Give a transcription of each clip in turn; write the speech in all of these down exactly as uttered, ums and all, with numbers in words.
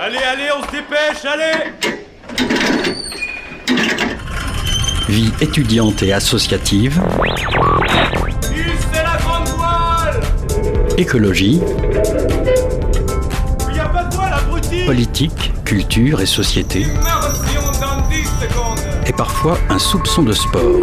Allez, allez, on se dépêche, allez! Vie étudiante et associative. C'est la grande voile! Écologie. Il n'y a pas de voile, abruti! Politique, culture et société. Immersion dans dix secondes! Et parfois un soupçon de sport.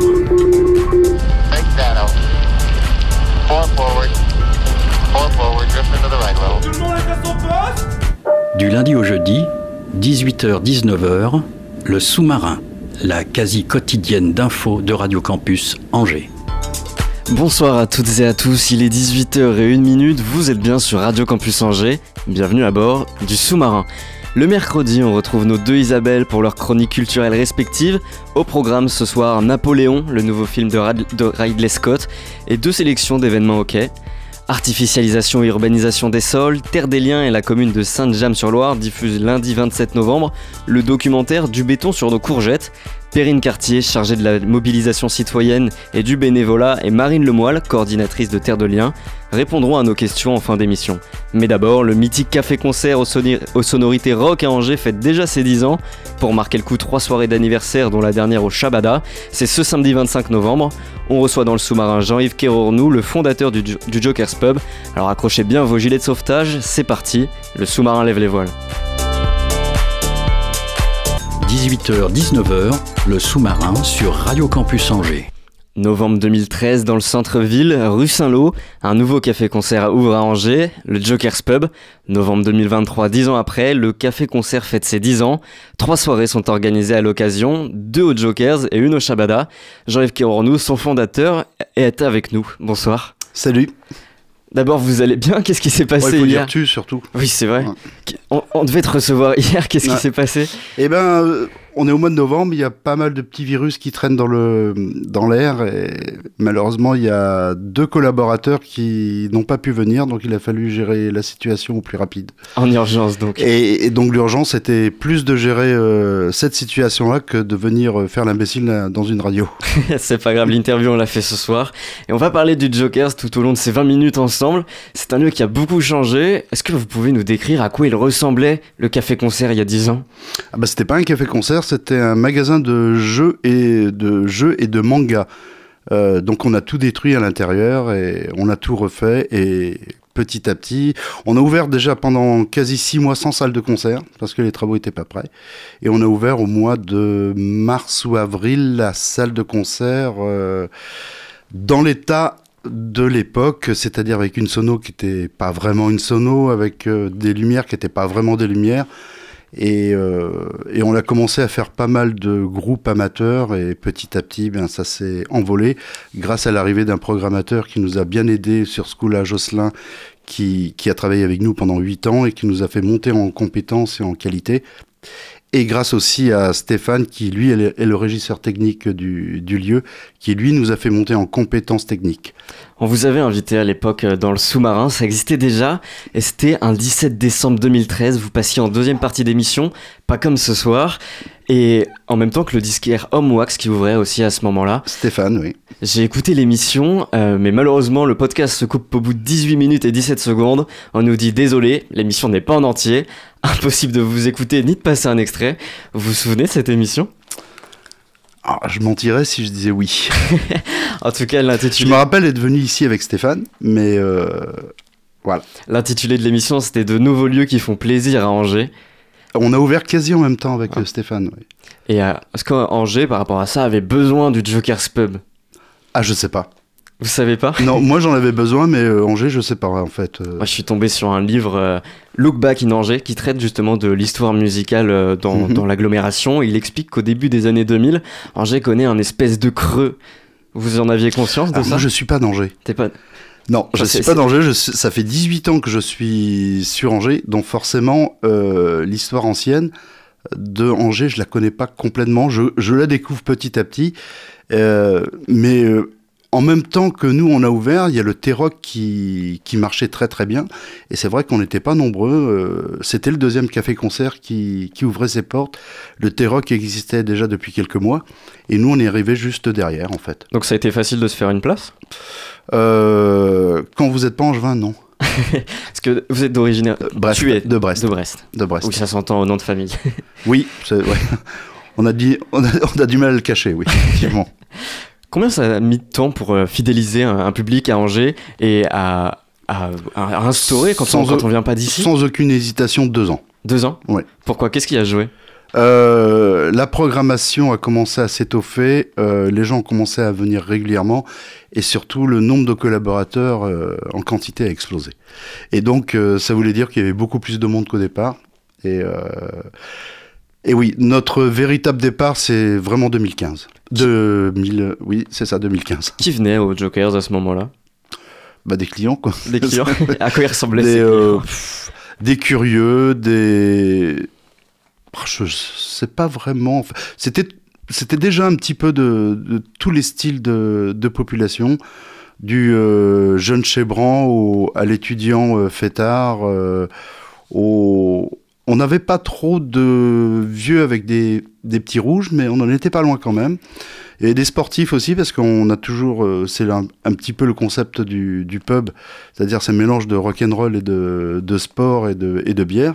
Tout le monde est à son poste? Du lundi au jeudi, dix-huit heures dix-neuf heures, le sous-marin, la quasi quotidienne d'infos de Radio Campus Angers. Bonsoir à toutes et à tous, il est dix-huit heures zéro un, vous êtes bien sur Radio Campus Angers, bienvenue à bord du sous-marin. Le mercredi, on retrouve nos deux Isabelle pour leurs chroniques culturelles respectives. Au programme ce soir, Napoléon, le nouveau film de, Rad- de Ridley Scott, et deux sélections d'événements hockey. Artificialisation et urbanisation des sols, Terre des Liens et la commune de Sainte-Jamme-sur-Loire diffusent lundi vingt-sept novembre le documentaire Du béton sur nos courgettes. Perrine Cartier, chargée de la mobilisation citoyenne et du bénévolat, et Marine Lemoyle, coordinatrice de Terre de Liens, répondront à nos questions en fin d'émission. Mais d'abord, le mythique café-concert aux, soni- aux sonorités rock à Angers fête déjà ses dix ans. Pour marquer le coup, trois soirées d'anniversaire, dont la dernière au Shabada. C'est ce samedi vingt-cinq novembre. On reçoit dans le sous-marin Jean-Yves Kerornou, le fondateur du, du Joker's Pub. Alors accrochez bien vos gilets de sauvetage, c'est parti, le sous-marin lève les voiles. dix-huit heures dix-neuf heures, le sous-marin sur Radio Campus Angers. Novembre deux mille treize, dans le centre-ville, rue Saint-Lô, un nouveau café-concert ouvre à Angers, le Joker's Pub. Novembre deux mille vingt-trois, dix ans après, le café-concert fête ses dix ans. Trois soirées sont organisées à l'occasion, deux au Jokers et une au Shabada. Jean-Yves Kerornou, son fondateur, est avec nous. Bonsoir. Salut. D'abord, vous allez bien? Qu'est-ce qui s'est passé ouais, il faut hier? dire tu surtout. Oui, c'est vrai. Ouais. On, on devait te recevoir hier, qu'est-ce ouais. qui s'est passé? Eh ben, euh, on est au mois de novembre, il y a pas mal de petits virus qui traînent dans, le, dans l'air et malheureusement, il y a deux collaborateurs qui n'ont pas pu venir, donc il a fallu gérer la situation au plus rapide. En urgence, donc. Et, et donc l'urgence, c'était plus de gérer euh, cette situation-là que de venir faire l'imbécile dans une radio. C'est pas grave, l'interview, on l'a fait ce soir. Et on va parler du Jokers tout au long de ces vingt minutes ensemble. C'est un lieu qui a beaucoup changé. Est-ce que vous pouvez nous décrire à quoi il ressemblait, le café-concert, il y a dix ans? Ah bah, c'était pas un café-concert, c'était un magasin de jeux et de, jeux et de mangas. Euh, donc on a tout détruit à l'intérieur et on a tout refait et petit à petit, on a ouvert déjà pendant quasi six mois sans salle de concert parce que les travaux étaient pas prêts et on a ouvert au mois de mars ou avril la salle de concert euh, dans l'état de l'époque, c'est-à-dire avec une sono qui n'était pas vraiment une sono, avec euh, des lumières qui n'étaient pas vraiment des lumières. Et, euh, et on a commencé à faire pas mal de groupes amateurs et petit à petit, ben, ça s'est envolé grâce à l'arrivée d'un programmateur qui nous a bien aidé sur ce coup-là, Jocelyn, qui, qui a travaillé avec nous pendant huit ans et qui nous a fait monter en compétences et en qualité. Et grâce aussi à Stéphane, qui lui est le, est le régisseur technique du, du lieu, qui lui nous a fait monter en compétences techniques. On vous avait invité à l'époque dans le sous-marin, ça existait déjà, et c'était un dix-sept décembre deux mille treize, vous passiez en deuxième partie d'émission, pas comme ce soir, et en même temps que le disquaire Homewax qui ouvrait aussi à ce moment-là. Stéphane, oui. J'ai écouté l'émission, euh, mais malheureusement le podcast se coupe au bout de dix-huit minutes et dix-sept secondes. On nous dit désolé, l'émission n'est pas en entier, impossible de vous écouter ni de passer un extrait. Vous vous souvenez de cette émission? Ah, je mentirais si je disais oui. En tout cas, l'intitulé... Je me rappelle être venu ici avec Stéphane, mais euh, voilà. L'intitulé de l'émission, c'était « De nouveaux lieux qui font plaisir à Angers ». On a ouvert quasi en même temps avec ah. Stéphane, oui. Et euh, est-ce qu'Angers, par rapport à ça, avait besoin du Joker's Pub? Ah, je sais pas. Vous savez pas? Non, moi j'en avais besoin, mais euh, Angers, je sais pas en fait. Euh... Moi, je suis tombé sur un livre, euh, Look Back in Angers, qui traite justement de l'histoire musicale euh, dans, mm-hmm. dans l'agglomération. Il explique qu'au début des années deux mille, Angers connaît un espèce de creux. Vous en aviez conscience de ah, ça? Moi, je suis pas d'Angers. T'es pas... Non, je ne suis pas d'Angers, je suis... ça fait dix-huit ans que je suis sur Angers, donc forcément, euh, l'histoire ancienne de Angers, je la connais pas complètement, je, je la découvre petit à petit, euh, mais euh, en même temps que nous, on a ouvert, il y a le T-Rock qui, qui marchait très très bien, et c'est vrai qu'on n'était pas nombreux, euh, c'était le deuxième café-concert qui, qui ouvrait ses portes, le T-Rock existait déjà depuis quelques mois, et nous on est arrivés juste derrière en fait. Donc ça a été facile de se faire une place ? Euh, quand vous n'êtes pas angevin, non. Parce que vous êtes d'origine... Brest, tu es de Brest. De Brest. De Brest. Oui, ça s'entend au nom de famille. Oui, c'est, ouais. on, a dit, on, a, on a du mal à le cacher, oui, effectivement. Combien ça a mis de temps pour euh, fidéliser un, un public à Angers et à, à, à instaurer quand on, quand on vient pas d'ici? Sans aucune hésitation, deux ans. Deux ans? Oui. Pourquoi? Qu'est-ce qui a joué? Euh, la programmation a commencé à s'étoffer, euh, les gens ont commencé à venir régulièrement et surtout le nombre de collaborateurs euh, en quantité a explosé. Et donc euh, ça voulait dire qu'il y avait beaucoup plus de monde qu'au départ. Et, euh, et oui, notre véritable départ c'est vraiment deux mille quinze. deux mille, oui, c'est ça, deux mille quinze. Qui venait aux Jokers à ce moment-là? Bah des clients quoi. Des clients. À quoi ils ressemblaient des, ces euh, clients? pff, des curieux, des... Je sais pas vraiment. C'était, c'était déjà un petit peu de, de tous les styles de, de population, du euh, jeune chébran au, à l'étudiant euh, fêtard. Euh, au... On n'avait pas trop de vieux avec des, des petits rouges, mais on n'en était pas loin quand même. Et des sportifs aussi, parce qu'on a toujours... Euh, c'est un, un petit peu le concept du, du pub, c'est-à-dire c'est un mélange de rock'n'roll et de, de sport et de, et de bière.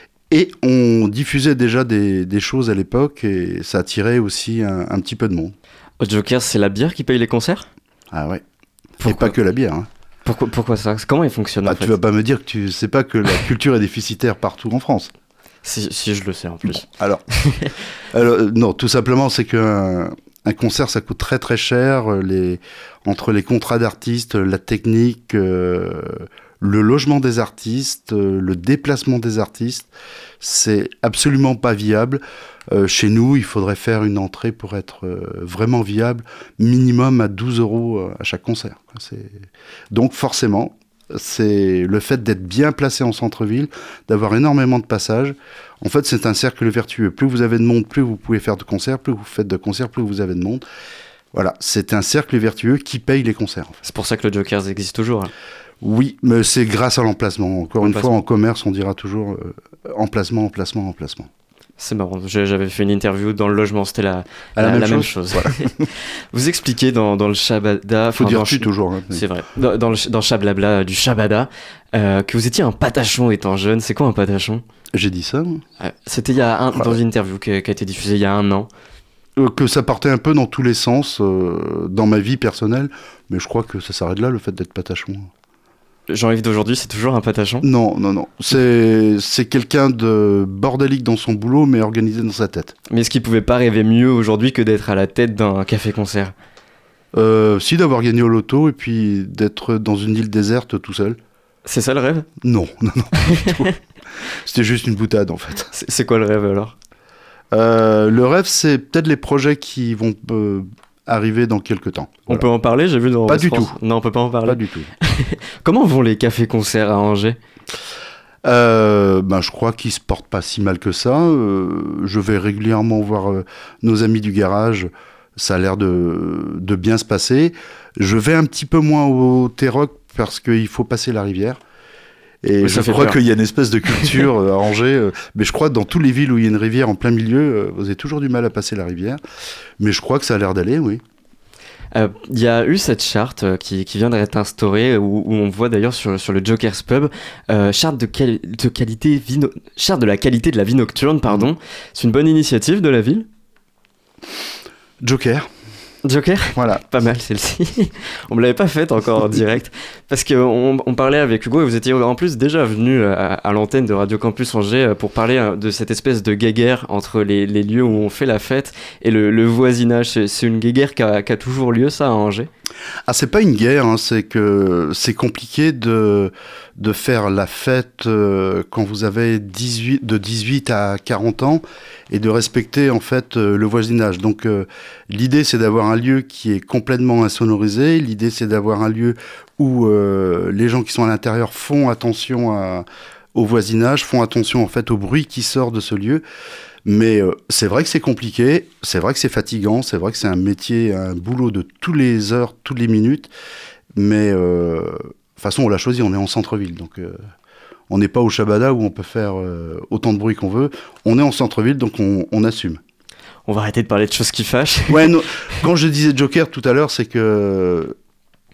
Et on diffusait déjà des, des choses à l'époque et ça attirait aussi un, un petit peu de monde. Aux Jokers, c'est la bière qui paye les concerts? Ah ouais. Pourquoi? Et pas que la bière. Hein. Pourquoi, pourquoi ça? Comment il fonctionne Ah, en fait? tu vas pas me dire que tu sais pas que la culture est déficitaire partout en France. Si, si je le sais en plus. Bon, alors, alors, non, tout simplement, c'est qu'un un concert, ça coûte très très cher. Les, entre les contrats d'artistes, la technique... Euh, le logement des artistes, euh, le déplacement des artistes, c'est absolument pas viable. Euh, chez nous, il faudrait faire une entrée pour être euh, vraiment viable, minimum à douze euros à chaque concert. C'est... Donc forcément, c'est le fait d'être bien placé en centre-ville, d'avoir énormément de passages. En fait, c'est un cercle vertueux. Plus vous avez de monde, plus vous pouvez faire de concerts, plus vous faites de concerts, plus vous avez de monde. Voilà, c'est un cercle vertueux qui paye les concerts. En fait. C'est pour ça que le Jokers existe toujours. Hein. Oui, mais c'est grâce à l'emplacement. Encore une Emplacement. fois, en commerce, on dira toujours euh, emplacement, emplacement, emplacement. C'est marrant. J'avais fait une interview dans le logement, c'était la, à la, la, même, la chose. même chose. Voilà. Vous expliquez dans, dans le Shabada... Faut dire tu toujours. Hein, c'est vrai. Dans, dans, le, dans Chablabla du Shabada, euh, que vous étiez un patachon étant jeune. C'est quoi un patachon? J'ai dit ça. euh, C'était il y a un, voilà. dans une interview qui a, qui a été diffusée il y a un an. Euh, que ça partait un peu dans tous les sens, euh, dans ma vie personnelle, mais je crois que ça s'arrête là, le fait d'être patachon. Jean-Yves d'aujourd'hui, c'est toujours un patachon? Non, non, non. C'est, c'est quelqu'un de bordélique dans son boulot, mais organisé dans sa tête. Mais est-ce qu'il pouvait pas rêver mieux aujourd'hui que d'être à la tête d'un café-concert? euh, Si, d'avoir gagné au loto et puis d'être dans une île déserte tout seul. C'est ça le rêve? Non, non, non. du tout. C'était juste une boutade, en fait. C'est, c'est quoi le rêve alors? euh, Le rêve, c'est peut-être les projets qui vont euh, arriver dans quelques temps. On Voilà. peut en parler? J'ai vu dans Pas West du France. tout. Non, on peut pas en parler. Pas du tout. Comment vont les cafés-concerts à Angers? Euh, ben, je crois qu'ils se portent pas si mal que ça. Euh, je vais régulièrement voir euh, nos amis du garage. Ça a l'air de, de bien se passer. Je vais un petit peu moins au T-Rock parce qu'il faut passer la rivière. Et Oui, je ça fait crois peur. qu'il y a une espèce de culture euh, à Angers. euh, mais je crois que dans toutes les villes où il y a une rivière en plein milieu, euh, vous avez toujours du mal à passer la rivière. Mais je crois que ça a l'air d'aller, oui. Il euh, y a eu cette charte euh, qui, qui vient d'être instaurée, où, où on voit d'ailleurs sur, sur le Jokers Pub, euh, charte, de, quali- de qualité vie no- charte de la qualité de la vie nocturne, pardon. C'est une bonne initiative de la ville? Joker, Joker? voilà. Pas mal celle-ci. On me l'avait pas faite encore en direct. Parce qu'on on parlait avec Hugo et vous étiez en plus déjà venu à, à l'antenne de Radio Campus Angers pour parler de cette espèce de guéguerre entre les, les lieux où on fait la fête et le, le voisinage. C'est, c'est une guéguerre qui a, qui a toujours lieu, ça, à Angers? Ah, c'est pas une guerre, hein, c'est que c'est compliqué de, de faire la fête euh, quand vous avez dix-huit, de dix-huit à quarante ans et de respecter en fait euh, le voisinage. Donc euh, l'idée c'est d'avoir un lieu qui est complètement insonorisé, l'idée c'est d'avoir un lieu où euh, les gens qui sont à l'intérieur font attention à, au voisinage, font attention en fait au bruit qui sort de ce lieu. Mais euh, c'est vrai que c'est compliqué, c'est vrai que c'est fatigant, c'est vrai que c'est un métier, un boulot de tous les heures, toutes les minutes. Mais euh, de toute façon, on l'a choisi, on est en centre-ville. Donc euh, on n'est pas au Shabada où on peut faire euh, autant de bruit qu'on veut. On est en centre-ville, donc on, on assume. On va arrêter de parler de choses qui fâchent. Ouais, non, quand je disais Joker tout à l'heure, c'est que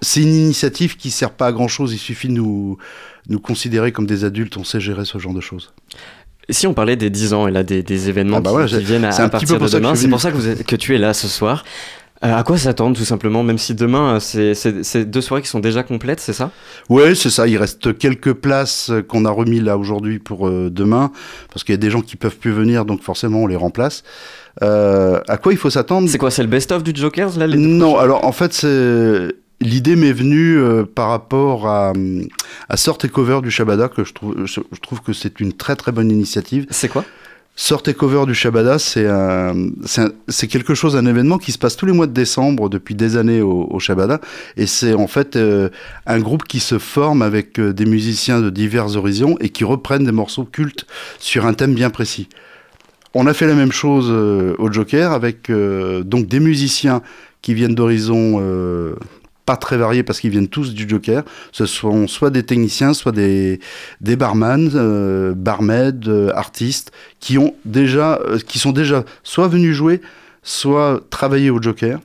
c'est une initiative qui sert pas à grand chose. Il suffit de nous, nous considérer comme des adultes. On sait gérer ce genre de choses. Et si on parlait des dix ans et là des, des événements ah bah qui, voilà, qui viennent à, à partir de demain, c'est pour ça que, vous êtes, que tu es là ce soir. Euh, à quoi s'attendre tout simplement, même si demain c'est, c'est, c'est deux soirées qui sont déjà complètes, c'est ça ? Oui, c'est ça. Il reste quelques places qu'on a remis là aujourd'hui pour euh, demain, parce qu'il y a des gens qui peuvent plus venir, donc forcément on les remplace. Euh, à quoi il faut s'attendre ? C'est quoi ? C'est le best-of du Jokers là les Non, alors en fait c'est... L'idée m'est venue euh, par rapport à, à Sort et Cover du Shabada, que je trouve, je, je trouve que c'est une très très bonne initiative. C'est quoi ? Sort et Cover du Shabada, c'est, un, c'est, un, c'est quelque chose, un événement qui se passe tous les mois de décembre depuis des années au, au Shabada. Et c'est en fait euh, un groupe qui se forme avec euh, des musiciens de divers horizons et qui reprennent des morceaux cultes sur un thème bien précis. On a fait la même chose euh, au Joker avec euh, donc des musiciens qui viennent d'horizons... Euh, pas très variés parce qu'ils viennent tous du Joker. Ce sont soit des techniciens, soit des, des barman, euh, barmaids, euh, artistes, qui, ont déjà, euh, qui sont déjà soit venus jouer, soit travailler au Joker.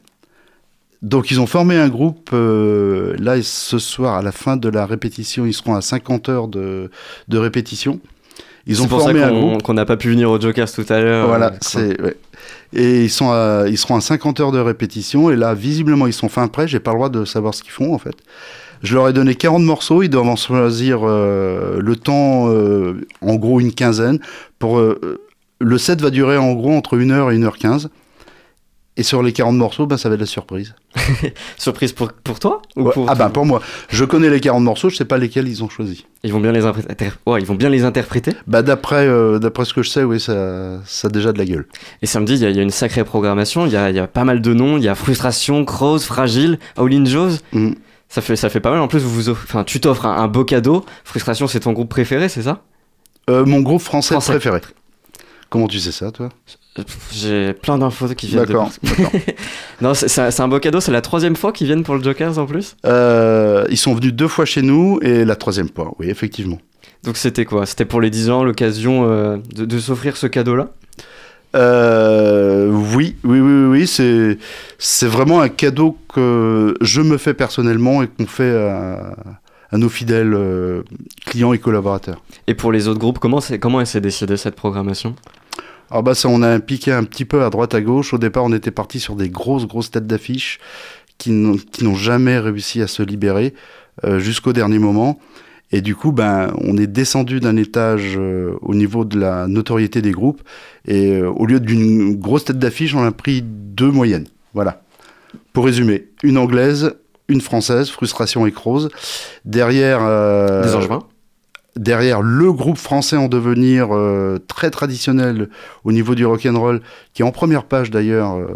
Donc ils ont formé un groupe. Euh, là, ce soir, à la fin de la répétition, ils seront à cinquante heures de, de répétition. Ils c'est ont pour formé ça un qu'on, groupe. qu'on n'a pas pu venir au Jokers tout à l'heure. Voilà, euh, c'est... Ouais. Et ils, sont à, ils seront à cinquante heures de répétition. Et là, visiblement, ils sont fin prêts. J'ai pas le droit de savoir ce qu'ils font, en fait. Je leur ai donné quarante morceaux. Ils doivent en choisir euh, le temps, euh, en gros, une quinzaine. Pour, euh, le set va durer, en gros, entre une heure et une heure quinze. Et sur les quarante morceaux, ben, ça va être la surprise. Surprise pour, pour toi ou ouais. pour Ah ben, pour moi. Je connais les quarante morceaux, je sais pas lesquels ils ont choisi. Ils vont bien les, interpr- ouais, ils vont bien les interpréter bah, d'après, euh, d'après ce que je sais, oui, ça, ça a déjà de la gueule. Et samedi, il y, y a une sacrée programmation, il y a, y a pas mal de noms, il y a Frustration, Crows, Fragile, All In Joe's. Mm. Ça fait, ça fait pas mal. En plus, vous vous offre, enfin, tu t'offres un, un beau cadeau. Frustration, c'est ton groupe préféré, c'est ça ? euh, Mon groupe français, français préféré. Comment tu sais ça, toi ? J'ai plein d'infos qui viennent d'accord, de d'accord. Non, c'est, c'est, c'est un beau cadeau. C'est la troisième fois qu'ils viennent pour le Jokers en plus. Euh, ils sont venus deux fois chez nous et la troisième fois, oui, effectivement. Donc c'était quoi ? C'était pour les dix ans, l'occasion euh, de, de s'offrir ce cadeau-là ? euh, Oui, oui, oui, oui, oui. C'est, c'est vraiment un cadeau que je me fais personnellement et qu'on fait à, à nos fidèles euh, clients et collaborateurs. Et pour les autres groupes, comment, c'est, comment s'est décidée cette programmation ? Alors bah ça, on a piqué un petit peu à droite à gauche. Au départ, on était parti sur des grosses, grosses têtes d'affiche qui n'ont, qui n'ont jamais réussi à se libérer euh, jusqu'au dernier moment. Et du coup, ben, on est descendu d'un étage euh, au niveau de la notoriété des groupes. Et euh, au lieu d'une grosse tête d'affiche, on a pris deux moyennes. Voilà. Pour résumer, une anglaise, une française, Frustration et Crows. Derrière... Euh, des Angevins. Derrière le groupe français en devenir euh, très traditionnel au niveau du rock'n'roll, qui est en première page d'ailleurs. Euh,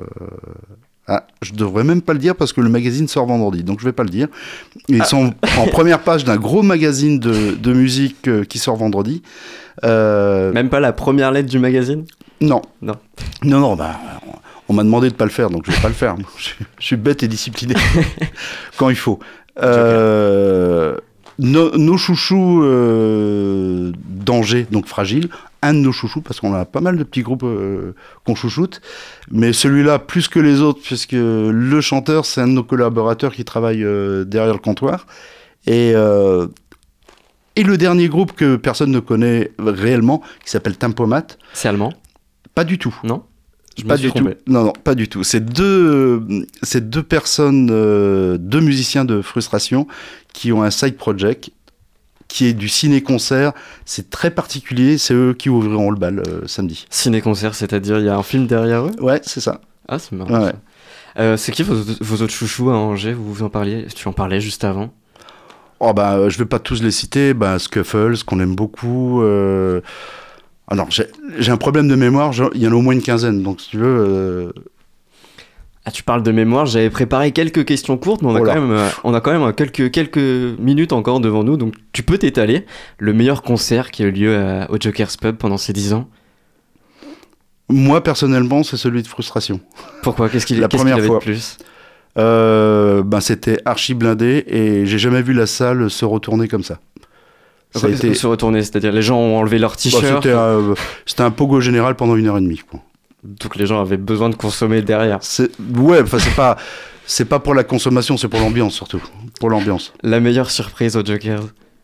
ah, je devrais même pas le dire parce que le magazine sort vendredi, donc je vais pas le dire. Ils ah. sont en première page d'un gros magazine de, de musique euh, qui sort vendredi. Euh... Même pas la première lettre du magazine ? Non. Non. Non, non, bah, on m'a demandé de pas le faire, donc je vais pas le faire. Je, je suis bête et discipliné quand il faut. Euh... Nos, nos chouchous euh, d'Angers, donc Fragile, un de nos chouchous, parce qu'on a pas mal de petits groupes euh, qu'on chouchoute, mais celui-là plus que les autres, puisque le chanteur, c'est un de nos collaborateurs qui travaille euh, derrière le comptoir, et, euh, et le dernier groupe que personne ne connaît réellement, qui s'appelle Tempomat. C'est allemand ? Pas du tout. Non ? Je pas du trompé. tout. Non, non, pas du tout. C'est deux, c'est deux personnes, euh, deux musiciens de Frustration qui ont un side project qui est du ciné-concert. C'est très particulier. C'est eux qui ouvriront le bal euh, samedi. Ciné-concert, c'est-à-dire il y a un film derrière eux ? Ouais, c'est ça. Ah, c'est marrant. Ouais. Euh, c'est qui vos, vos autres chouchous à Angers ? Vous vous en parliez ? Tu en parlais juste avant. Oh bah, je vais pas tous les citer. Bah, Scuffles, qu'on aime beaucoup. Euh... Alors, j'ai, j'ai un problème de mémoire, il y en a au moins une quinzaine, donc si tu veux... Euh... Ah, tu parles de mémoire, j'avais préparé quelques questions courtes, mais on a, oh quand, même, euh, on a quand même quelques, quelques minutes encore devant nous, donc tu peux t'étaler. Le meilleur concert qui a eu lieu à, au Joker's Pub pendant ces dix ans ? Moi, personnellement, c'est celui de Frustration. Pourquoi ? Qu'est-ce qu'il, La qu'est-ce première qu'il avait fois. de plus ? euh, ben, C'était archi blindé, et j'ai jamais vu la salle se retourner comme ça. Ça a été... se retourner, c'est-à-dire les gens ont enlevé leur t-shirt. Bah, c'était, euh, c'était un pogo général pendant une heure et demie, quoi. Donc les gens avaient besoin de consommer derrière. C'est... Ouais, enfin c'est pas, C'est pas pour la consommation, c'est pour l'ambiance surtout. Pour l'ambiance. La meilleure surprise aux Jokers.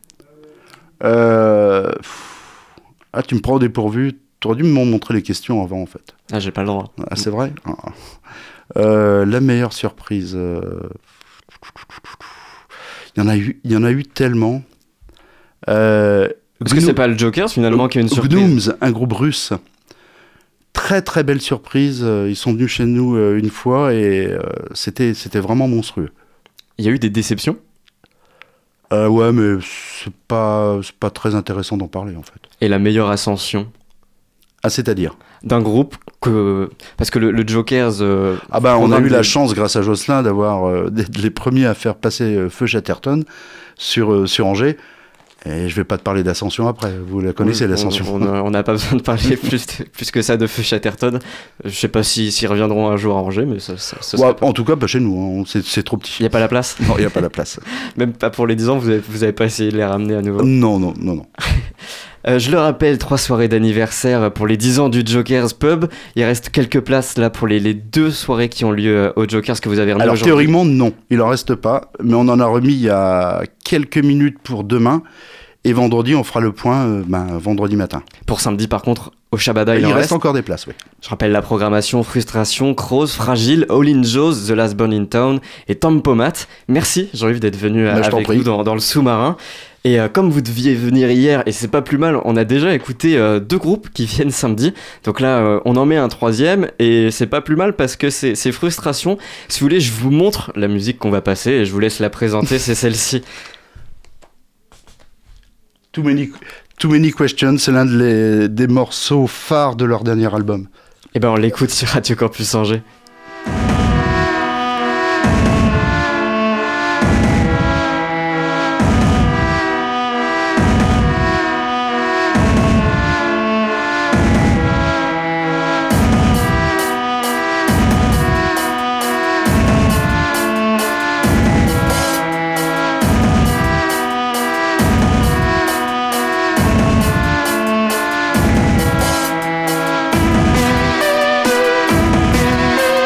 Euh... Ah, tu me prends au dépourvu. T'aurais dû me montrer les questions avant, en fait. Ah, j'ai pas le droit. Ah, c'est vrai. Ah. Euh, La meilleure surprise. euh, Il y en a eu, il y en a eu tellement. Euh... Est-ce que c'est pas le Jokers finalement qui a une surprise? Gnooms, un groupe russe. Très très belle surprise. Ils sont venus chez nous euh, une fois et euh, c'était, c'était vraiment monstrueux. Il y a eu des déceptions? Euh, ouais, mais c'est pas, c'est pas très intéressant d'en parler en fait. Et la meilleure ascension Ah, c'est-à-dire? d'un groupe que... Parce que le, le Jokers... euh, Ah bah on a programme eu la des- chance grâce à Jocelyn d'avoir euh, d'être les premiers à faire passer euh, Feu Chatterton sur, euh, sur Angers. Et je vais pas te parler d'Ascension après, vous la connaissez Oui, l'Ascension. On on- on n'a pas besoin de parler plus, plus que ça de Feu Chatterton. Je sais pas si- s'ils reviendront un jour à Angers, mais ça, ça, ce Ouais, serait pas- en tout cas pas chez nous, hein, c'est, c'est trop Il petit. n'y a pas la place. Non, il n'y a pas la place. Même pas pour les dix ans, vous avez, vous avez pas essayé de les ramener à nouveau. Non, non, non, non. Euh, je le rappelle, trois soirées d'anniversaire pour les dix ans du Jokers Pub. Il reste quelques places là pour les, les deux soirées qui ont lieu euh, au Jokers que vous avez remis Alors aujourd'hui. théoriquement non, il en reste pas, mais on en a remis il y a quelques minutes pour demain. Et vendredi, on fera le point euh, ben, vendredi matin. Pour samedi, par contre, au Shabada, il il, en reste reste. encore des places, oui. Je rappelle la programmation: Frustration, Crows, Fragile, All in Jaws, The Last Born in Town et Tempomat. Merci, Jean-Yves, d'être venu euh, Bah, je t'en avec prie. nous dans, dans le sous-marin. Et euh, comme vous deviez venir hier, et c'est pas plus mal, on a déjà écouté euh, deux groupes qui viennent samedi. Donc là, euh, on en met un troisième, et c'est pas plus mal parce que c'est, c'est Frustration. Si vous voulez, je vous montre la musique qu'on va passer et je vous laisse la présenter, c'est celle-ci. Too Many, Too Many Questions, c'est l'un de les- des morceaux phares de leur dernier album. Et ben on l'écoute sur Radio Campus Angers. Too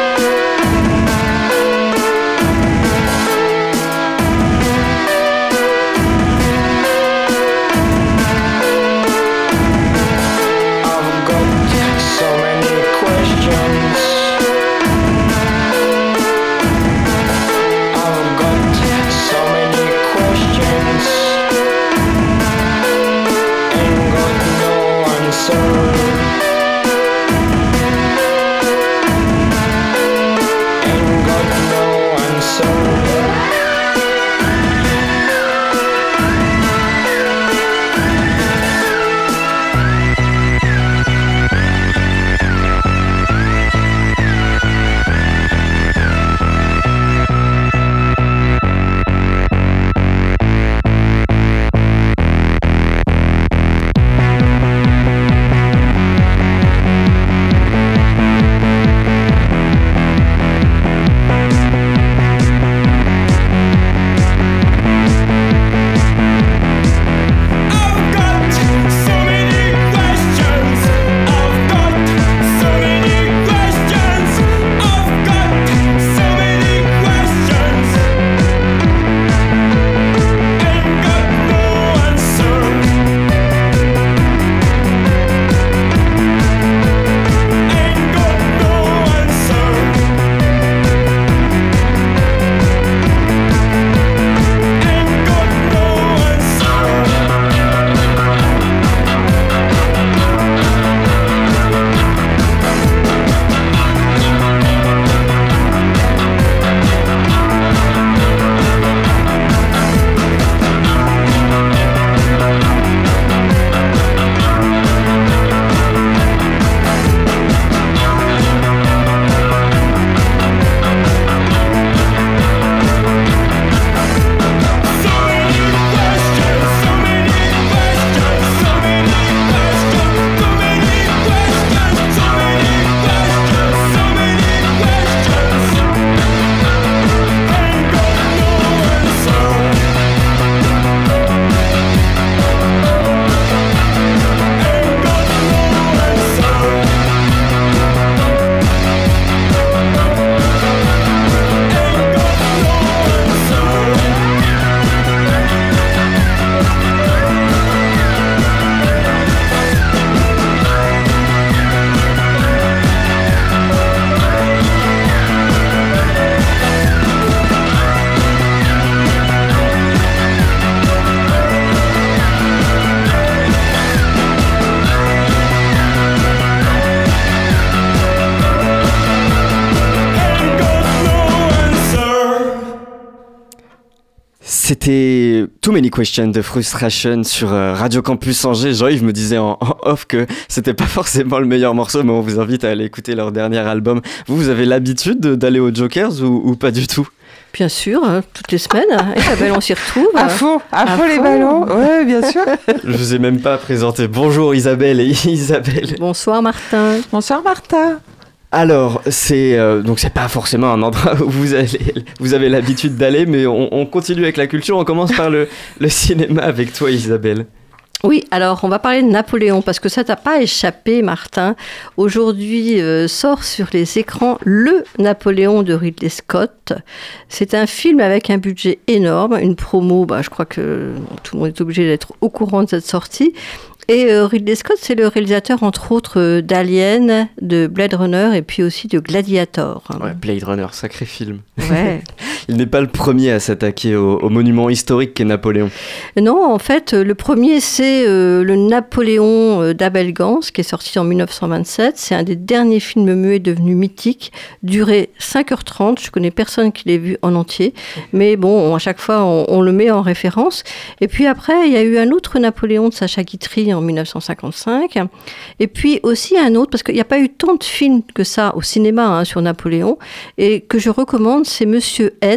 Too Many Questions de Frustration sur euh, Radio Campus Angers. Jean-Yves me disait en, en off que c'était pas forcément le meilleur morceau, mais on vous invite à aller écouter leur dernier album. Vous, vous avez l'habitude de, d'aller aux Jokers ou, ou pas du tout? Bien sûr, hein, toutes les semaines. Isabelle, on s'y retrouve. À fond, à, à fond les fond. ballons. Oui, bien sûr. Je vous ai même pas présenté. Bonjour Isabelle et Isabelle. Bonsoir Martin. Bonsoir Martin. Alors, c'est euh, donc c'est pas forcément un endroit où vous allez, vous avez l'habitude d'aller, mais on, on continue avec la culture. On commence par le, le cinéma avec toi, Isabelle. Oui, alors on va parler de Napoléon, parce que ça t'a pas échappé, Martin. Aujourd'hui euh, sort sur les écrans le Napoléon de Ridley Scott. C'est un film avec un budget énorme, une promo, bah, je crois que tout le monde est obligé d'être au courant de cette sortie. Et euh, Ridley Scott, c'est le réalisateur, entre autres, euh, d'Alien, de Blade Runner et puis aussi de Gladiator. Ouais, Blade Runner, sacré film. Ouais. Il n'est pas le premier à s'attaquer au, au monument historique qu'est Napoléon. Non, en fait, le premier, c'est euh, le Napoléon euh, d'Abel Gans, qui est sorti en dix-neuf cent vingt-sept. C'est un des derniers films muets devenus mythiques, duré cinq heures trente. Je connais personne qui l'ait vu en entier. Mais bon, on, à chaque fois, on, on le met en référence. Et puis après, il y a eu un autre Napoléon de Sacha Guitry en dix-neuf cent cinquante-cinq. Et puis aussi un autre, parce qu'il n'y a pas eu tant de films que ça au cinéma hein, sur Napoléon, et que je recommande, c'est Monsieur N,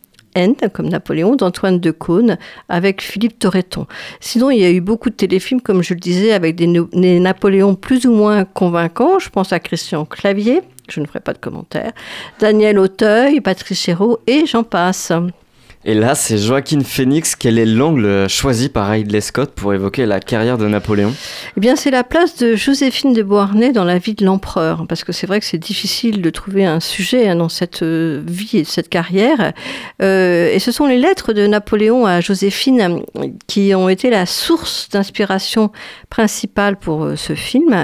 N comme Napoléon, d'Antoine Decaune, avec Philippe Torreton. Sinon, il y a eu beaucoup de téléfilms, comme je le disais, avec des, no- des Napoléons plus ou moins convaincants. Je pense à Christian Clavier, je ne ferai pas de commentaires, Daniel Auteuil, Patrice Chéreau, et j'en passe. Et là, c'est Joaquin Phoenix. Quel est l'angle choisi par Ridley Scott pour évoquer la carrière de Napoléon ? Eh bien, c'est la place de Joséphine de Beauharnais dans la vie de l'empereur, parce que c'est vrai que c'est difficile de trouver un sujet hein, dans cette euh, vie et cette carrière. Euh, et ce sont les lettres de Napoléon à Joséphine qui ont été la source d'inspiration principale pour euh, ce film.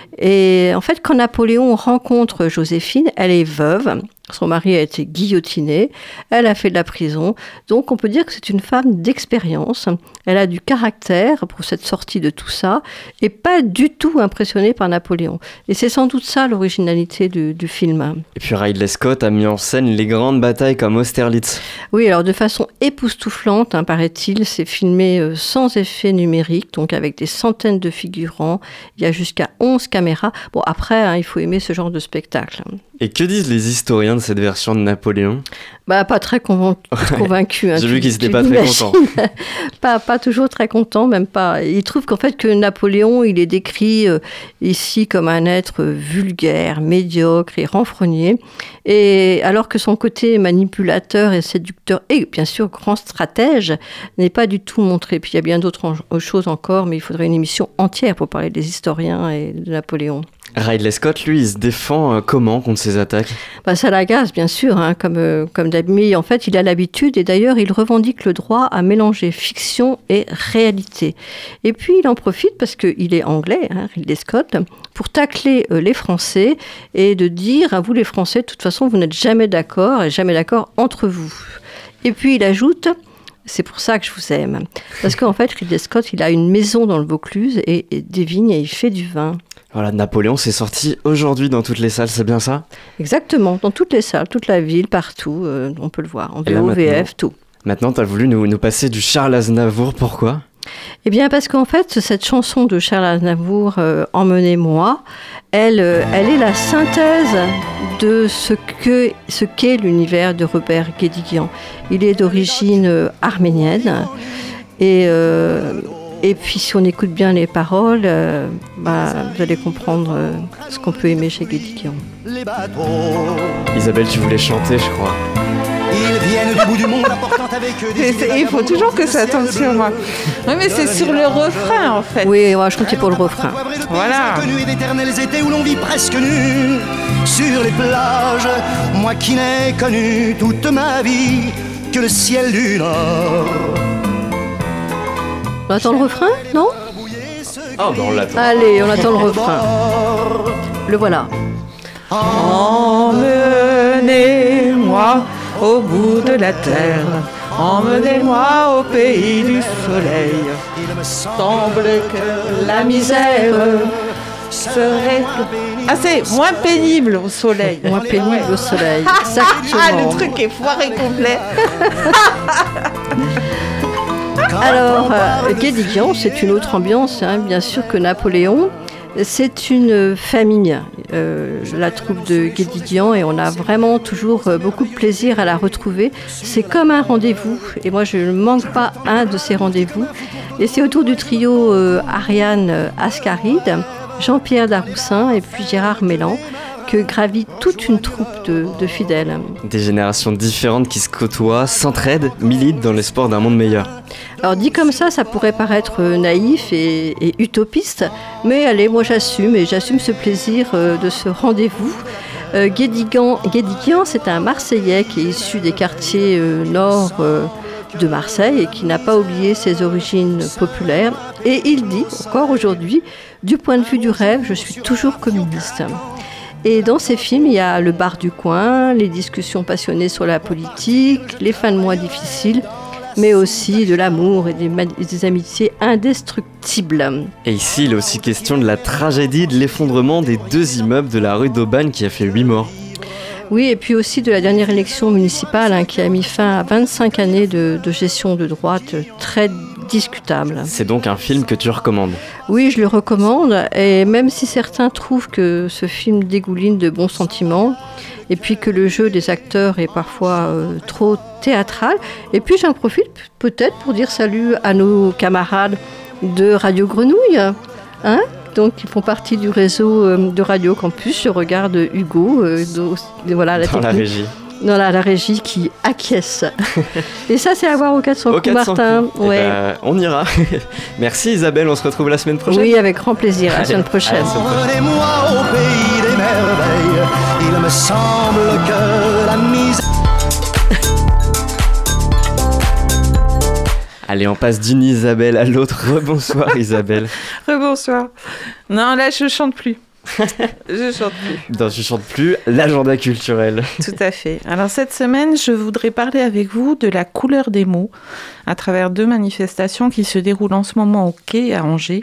Et en fait, quand Napoléon rencontre Joséphine, elle est veuve. Son mari a été guillotiné, elle a fait de la prison, donc on peut dire que c'est une femme d'expérience. Elle a du caractère pour cette sortie de tout ça, et pas du tout impressionnée par Napoléon. Et c'est sans doute ça l'originalité du, du film. Et puis Ridley Scott a mis en scène les grandes batailles comme Austerlitz. Oui, alors de façon époustouflante, hein, paraît-il, c'est filmé euh, sans effet numérique, donc avec des centaines de figurants, il y a jusqu'à onze caméras. Bon, après, hein, il faut aimer ce genre de spectacle. Et que disent les historiens de cette version de Napoléon ? Bah, pas très convainc- Ouais. convaincus. Hein, J'ai tu, vu qu'ils n'étaient tu pas très contents. pas, pas toujours très contents, même pas. Ils trouvent qu'en fait que Napoléon, il est décrit euh, ici comme un être vulgaire, médiocre et renfrogné. Et alors que son côté manipulateur et séducteur, et bien sûr grand stratège, n'est pas du tout montré. Puis il y a bien d'autres en- choses encore, mais il faudrait une émission entière pour parler des historiens et de Napoléon. Ridley Scott, lui, il se défend euh, comment contre ces attaques ? Bah, ça l'agace, bien sûr, hein, comme, euh, comme d'habitude. En fait, il a l'habitude, et d'ailleurs, il revendique le droit à mélanger fiction et réalité. Et puis, il en profite, parce qu'il est anglais, hein, Ridley Scott, pour tacler euh, les Français et de dire à vous, les Français, de toute façon, vous n'êtes jamais d'accord, et jamais d'accord entre vous. Et puis, il ajoute... C'est pour ça que je vous aime. Parce qu'en fait, Ridley Scott, il a une maison dans le Vaucluse et, et des vignes et il fait du vin. Voilà, Napoléon, c'est sorti aujourd'hui dans toutes les salles, c'est bien ça ? Exactement, dans toutes les salles, toute la ville, partout, euh, on peut le voir, en Et là, V O, V F, maintenant- tout. Maintenant, tu as voulu nous, nous passer du Charles Aznavour, pourquoi ? Eh bien, parce qu'en fait, cette chanson de Charles Aznavour, euh, Emmenez-moi, elle, euh, elle est la synthèse de ce, que, ce qu'est l'univers de Robert Guédiguian. Il est d'origine euh, arménienne. Et, euh, et puis, si on écoute bien les paroles, euh, bah, vous allez comprendre euh, ce qu'on peut aimer chez Guédiguian. Les bateaux, Isabelle, tu voulais chanter, je crois. ils viennent du bout du monde apportant avec eux des Et c'est- il faut toujours que ça tombe sur moi. Oui, mais c'est sur le refrain, en fait. Oui, on va chanter pour le refrain. Voilà. Et d'éternels étés où l'on vit presque nu sur les plages. Moi qui n'ai connu toute ma vie que le ciel du Nord. On attend le refrain, non ? Ah, ben on l'attend. Allez, on attend le refrain. Le voilà. Emmenez-moi au bout de la terre, emmenez-moi au pays du soleil. Il me Semble que la misère serait assez moins pénible au soleil. Moins pénible au soleil. Ah, Exactement. le truc est foiré complet. Alors, euh, Guédiguian, c'est une autre ambiance, hein, bien sûr, que Napoléon. C'est une famille, euh, la troupe de Guédiguian, et on a vraiment toujours beaucoup de plaisir à la retrouver. C'est comme un rendez-vous, et moi je ne manque pas un de ces rendez-vous. Et c'est autour du trio euh, Ariane Ascaride, Jean-Pierre Daroussin et puis Gérard Mélan que gravit toute une troupe de, de fidèles. Des générations différentes qui se côtoient, s'entraident, militent dans l'espoir d'un monde meilleur. Alors dit comme ça, ça pourrait paraître naïf et, et utopiste, mais allez, moi j'assume, et j'assume ce plaisir euh, de ce rendez-vous. Euh, Guédiguian, Guédiguian, c'est un Marseillais qui est issu des quartiers euh, nord euh, de Marseille et qui n'a pas oublié ses origines populaires. Et il dit, encore aujourd'hui, du point de vue du rêve, je suis toujours communiste. Et dans ces films, il y a le bar du coin, les discussions passionnées sur la politique, les fins de mois difficiles, mais aussi de l'amour et des, ma- des amitiés indestructibles. Et ici, il est aussi question de la tragédie de l'effondrement des deux immeubles de la rue d'Aubagne qui a fait huit morts. Oui, et puis aussi de la dernière élection municipale hein, qui a mis fin à vingt-cinq années de, de gestion de droite très discutable. C'est donc un film que tu recommandes? Oui, je le recommande, et même si certains trouvent que ce film dégouline de bons sentiments, et puis que le jeu des acteurs est parfois euh, trop théâtral, et puis j'en profite peut-être pour dire salut à nos camarades de Radio Grenouille, hein, donc ils font partie du réseau euh, de Radio Campus. Je regarde Hugo, euh, de, voilà, la Dans la régie. Dans la, la régie qui acquiesce. Et ça, c'est à voir au quatre cents coups, Martin. Eh ouais. ben, on ira. Merci Isabelle, on se retrouve la semaine prochaine. Oui, avec grand plaisir. À la semaine prochaine. Emmenez-moi au pays des merveilles. Il me semble que la misère. Allez, on passe d'une Isabelle à l'autre. Rebonsoir Isabelle. Rebonsoir. Non, là, je chante plus. Je chante plus. Non, je chante plus. L'agenda culturel. Tout à fait. Alors cette semaine, je voudrais parler avec vous de la couleur des mots à travers deux manifestations qui se déroulent en ce moment au Quai à Angers.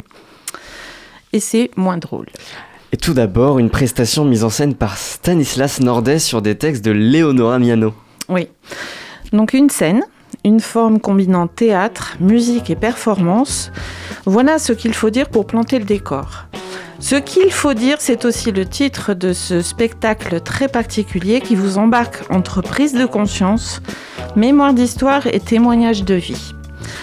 Et c'est moins drôle. Et tout d'abord, une prestation mise en scène par Stanislas Nordet sur des textes de Léonora Miano. Oui. Donc une scène, une forme combinant théâtre, musique et performance. Voilà ce qu'il faut dire pour planter le décor. Ce qu'il faut dire, c'est aussi le titre de ce spectacle très particulier qui vous embarque entre prise de conscience, mémoire d'histoire et témoignage de vie.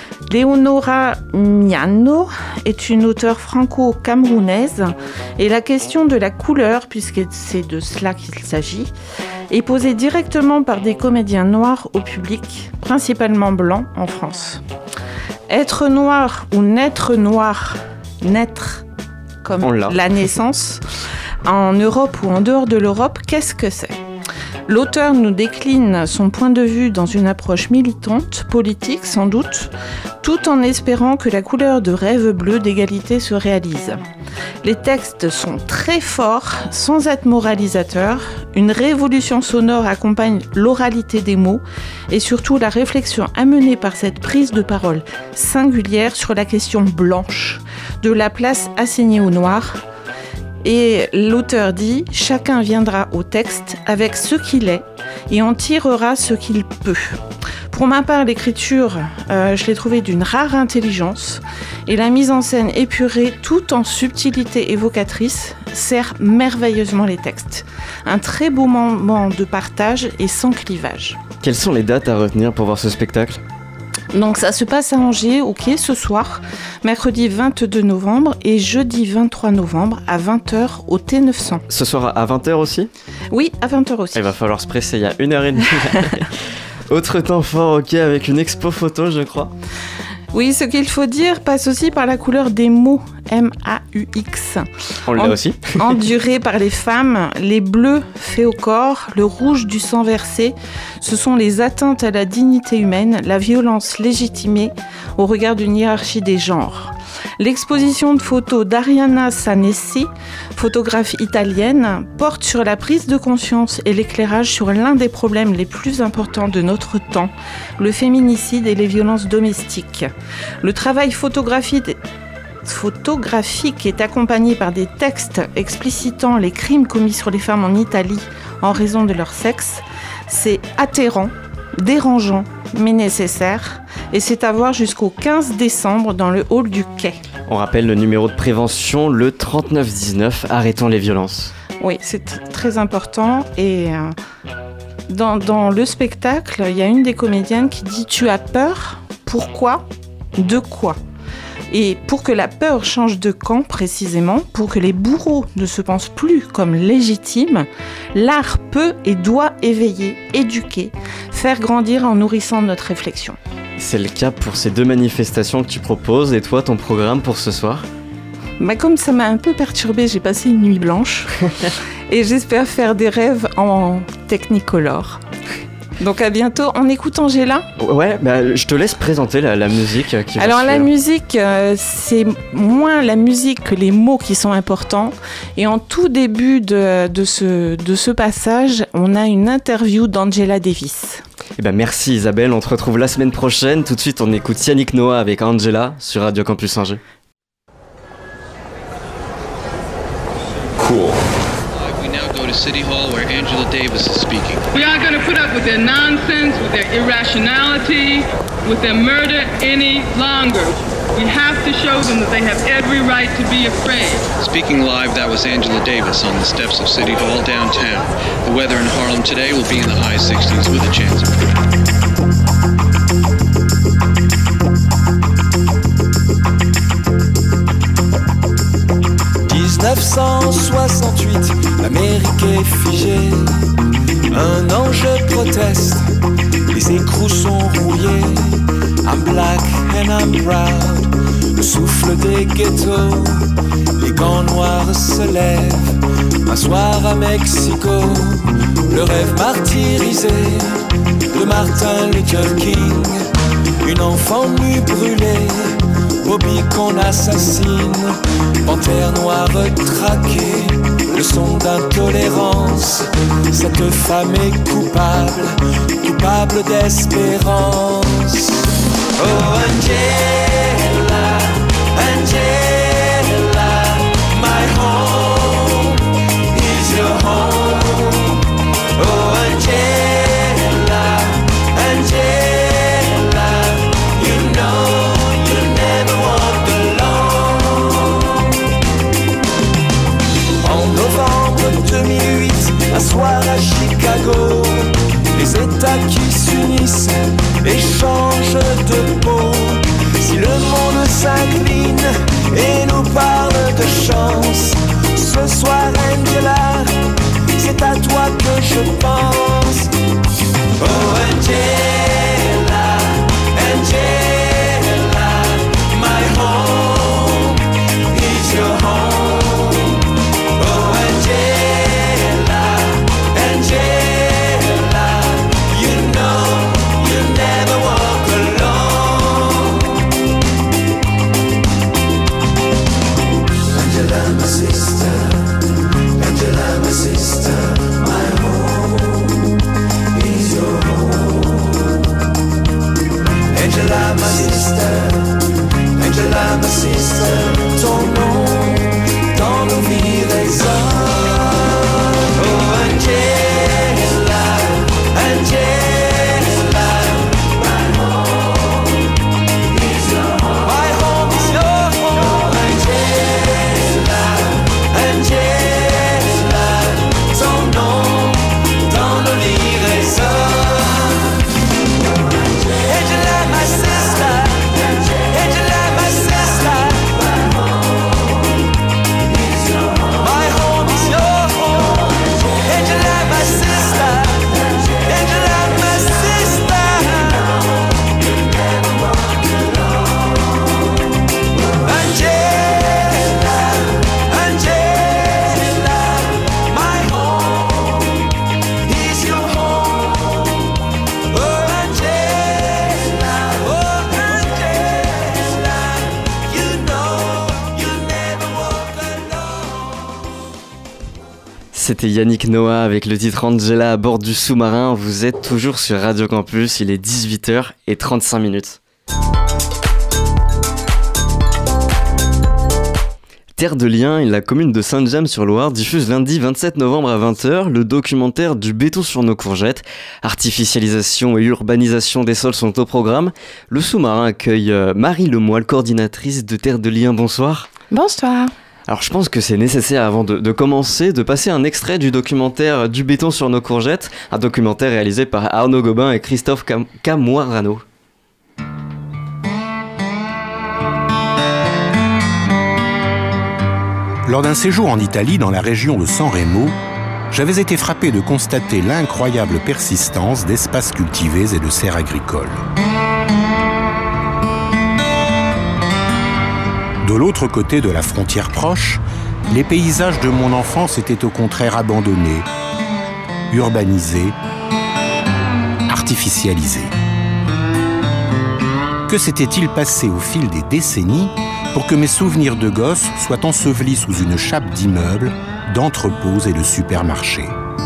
Léonora Miano est une auteure franco-camerounaise et la question de la couleur, puisque c'est de cela qu'il s'agit, est posée directement par des comédiens noirs au public, principalement blancs en France. Être noir ou naître noir, naître comme la naissance, en Europe ou en dehors de l'Europe, qu'est-ce que c'est ? L'auteur nous décline son point de vue dans une approche militante, politique sans doute, tout en espérant que la couleur de rêve bleu d'égalité se réalise. Les textes sont très forts, sans être moralisateurs. Une révolution sonore accompagne l'oralité des mots et surtout la réflexion amenée par cette prise de parole singulière sur la question blanche, de la place assignée au noir. Et l'auteur dit « Chacun viendra au texte avec ce qu'il est et en tirera ce qu'il peut ». Pour ma part, l'écriture, euh, je l'ai trouvée d'une rare intelligence et la mise en scène épurée tout en subtilité évocatrice sert merveilleusement les textes. Un très beau moment de partage et sans clivage. Quelles sont les dates à retenir pour voir ce spectacle ? Donc ça se passe à Angers, au Quai, ce soir, mercredi vingt-deux novembre et jeudi vingt-trois novembre à vingt heures au T neuf cents. Ce soir à vingt heures aussi ? Oui, à vingt heures aussi. Il va falloir se presser, il y a une heure et demie. Autre temps fort au Quai avec une expo photo, je crois. Oui, ce qu'il faut dire passe aussi par la couleur des mots, M A U X. On l'a en, aussi. Endurés par les femmes, les bleus faits au corps, le rouge du sang versé, ce sont les atteintes à la dignité humaine, la violence légitimée au regard d'une hiérarchie des genres. L'exposition de photos d'Arianna Sanessi, photographe italienne, porte sur la prise de conscience et l'éclairage sur l'un des problèmes les plus importants de notre temps, le féminicide et les violences domestiques. Le travail photographique photographique est accompagné par des textes explicitant les crimes commis sur les femmes en Italie en raison de leur sexe. C'est atterrant, dérangeant, mais nécessaire. et c'est à voir jusqu'au quinze décembre dans le hall du Quai. On rappelle le numéro de prévention, le trente-neuf dix-neuf, arrêtons les violences. Oui, c'est t- très important et euh, dans, dans le spectacle, il y a une des comédiennes qui dit « Tu as peur ? Pourquoi ? De quoi ?» Et pour que la peur change de camp précisément, pour que les bourreaux ne se pensent plus comme légitimes, l'art peut et doit éveiller, éduquer, faire grandir en nourrissant notre réflexion. C'est le cas pour ces deux manifestations que tu proposes, et toi, ton programme pour ce soir ? Bah comme ça m'a un peu perturbée, j'ai passé une nuit blanche et j'espère faire des rêves en Technicolor. Donc à bientôt. On écoute Angela ? Ouais, bah, je te laisse présenter la, la musique qui va Alors la suivre. musique, euh, c'est moins la musique que les mots qui sont importants. Et en tout début de, de, ce, de ce passage, on a une interview d'Angela Davis. Eh ben merci Isabelle, on te retrouve la semaine prochaine. Tout de suite, on écoute Yannick Noah avec Angela sur Radio Campus Angers. Cool. We now go to City Hall where Angela Davis is speaking. We aren't going to put up with their nonsense, with their irrationality, with their murder any longer. We have to show them that they have every right to be afraid. Speaking live, that was Angela Davis on the steps of City Hall downtown. The weather in Harlem today will be in the high sixties with a chance of rain. dix-neuf cent soixante-huit, l'Amérique est figée. Un ange proteste, les écrous sont rouillés. I'm black and I'm proud. Le souffle des ghettos, les gants noirs se lèvent. Un soir à Mexico, le rêve martyrisé de Martin Luther King. Une enfant nue brûlée, Bobby qu'on assassine. Panthère noire traquée, le son d'intolérance. Cette femme est coupable, coupable d'espérance. Oh Angela, Angela, my home is your home. Oh Angela, Angela, you know you'll never walk alone. En novembre deux mille huit, un soir à Chicago, les États qui s'unissent et changent de peau. Si le monde s'incline et nous parle de chance, ce soir Angela, c'est à toi que je pense. Oh Angela, Angela, my home is your home. Oh Angela, Angela, you know you'll never walk alone. Angela, my sister, Angela, my sister, my home is your home. Angela, my sister, Angela, my sister, ton nom dans nos vies résonne. Oh Angela, Angela, my home is your home. My home is your home. Angela, Angela, ton nom dans nos vies résonne. Angela, my sister, Angela, my sister, my home is your home. My home is your home. Angela, my sister, Angela, my sister. Angela, Angela, my home is your home. Oh Angela, oh Angela, you know you'll never walk alone. C'était Yannick Noah avec le titre Angela à bord du sous-marin. Vous êtes toujours sur Radio Campus, il est dix-huit heures trente-cinq minutes. Terre de Liens et la commune de Saint-James-sur-Loire diffuse lundi vingt-sept novembre à vingt heures le documentaire Du béton sur nos courgettes. Artificialisation et urbanisation des sols sont au programme. Le sous-marin accueille Marie Lemoyle, coordinatrice de Terre de Liens. Bonsoir. Bonsoir. Alors je pense que c'est nécessaire avant de, de commencer de passer un extrait du documentaire Du béton sur nos courgettes, un documentaire réalisé par Arnaud Gobin et Christophe Cam- Camoirano. Lors d'un séjour en Italie, dans la région de San Remo, j'avais été frappé de constater l'incroyable persistance d'espaces cultivés et de serres agricoles. De l'autre côté de la frontière proche, les paysages de mon enfance étaient au contraire abandonnés, urbanisés, artificialisés. Que s'était-il passé au fil des décennies pour que mes souvenirs de gosse soient ensevelis sous une chape d'immeubles, d'entrepôts et de supermarchés?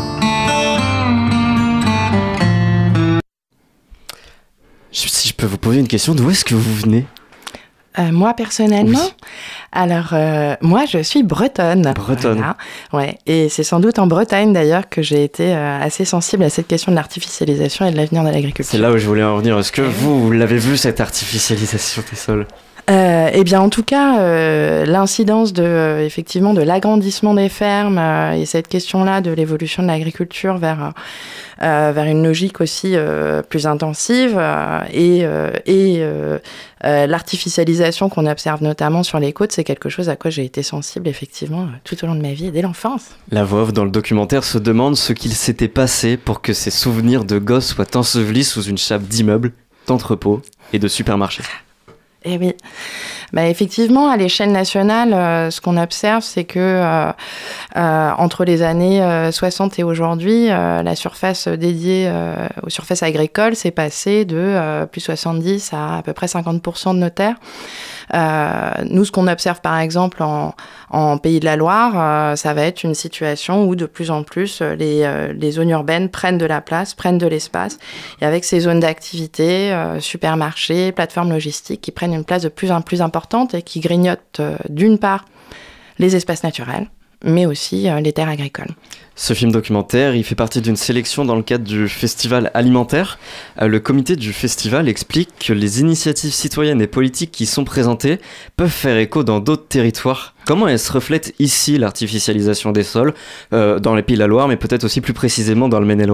Si je peux vous poser une question, d'où est-ce que vous venez ? Euh, moi, personnellement, oui. alors, euh, moi, je suis bretonne. Bretonne. Voilà. Ouais. Et c'est sans doute en Bretagne, d'ailleurs, que j'ai été euh, assez sensible à cette question de l'artificialisation et de l'avenir de l'agriculture. C'est là où je voulais en venir. Est-ce que vous, vous l'avez vu, cette artificialisation des sols ? Euh, eh bien, en tout cas, euh, l'incidence de, euh, effectivement, de l'agrandissement des fermes euh, et cette question-là de l'évolution de l'agriculture vers, euh, vers une logique aussi euh, plus intensive euh, et, euh, et euh, euh, l'artificialisation qu'on observe notamment sur les côtes, c'est quelque chose à quoi j'ai été sensible, effectivement, tout au long de ma vie et dès l'enfance. La voix off dans le documentaire se demande ce qu'il s'était passé pour que ces souvenirs de gosses soient ensevelis sous une chape d'immeubles, d'entrepôts et de supermarchés. Eh oui, bah, effectivement, à l'échelle nationale, euh, ce qu'on observe, c'est que euh, euh, entre les années euh, soixante et aujourd'hui, euh, la surface dédiée euh, aux surfaces agricoles s'est passée de euh, plus soixante-dix à à peu près cinquante pour cent de nos terres. Euh, nous, ce qu'on observe par exemple en, en Pays de la Loire, euh, ça va être une situation où de plus en plus les, euh, les zones urbaines prennent de la place, prennent de l'espace. Et avec ces zones d'activité, euh, supermarchés, plateformes logistiques qui prennent une place de plus en plus importante et qui grignotent euh, d'une part les espaces naturels, mais aussi euh, les terres agricoles. Ce film documentaire, il fait partie d'une sélection dans le cadre du festival alimentaire. Euh, le comité du festival explique que les initiatives citoyennes et politiques qui sont présentées peuvent faire écho dans d'autres territoires. Comment elle se reflète ici, l'artificialisation des sols, euh, dans les Pays de la Loire, mais peut-être aussi plus précisément dans le Maine-et-Loire ?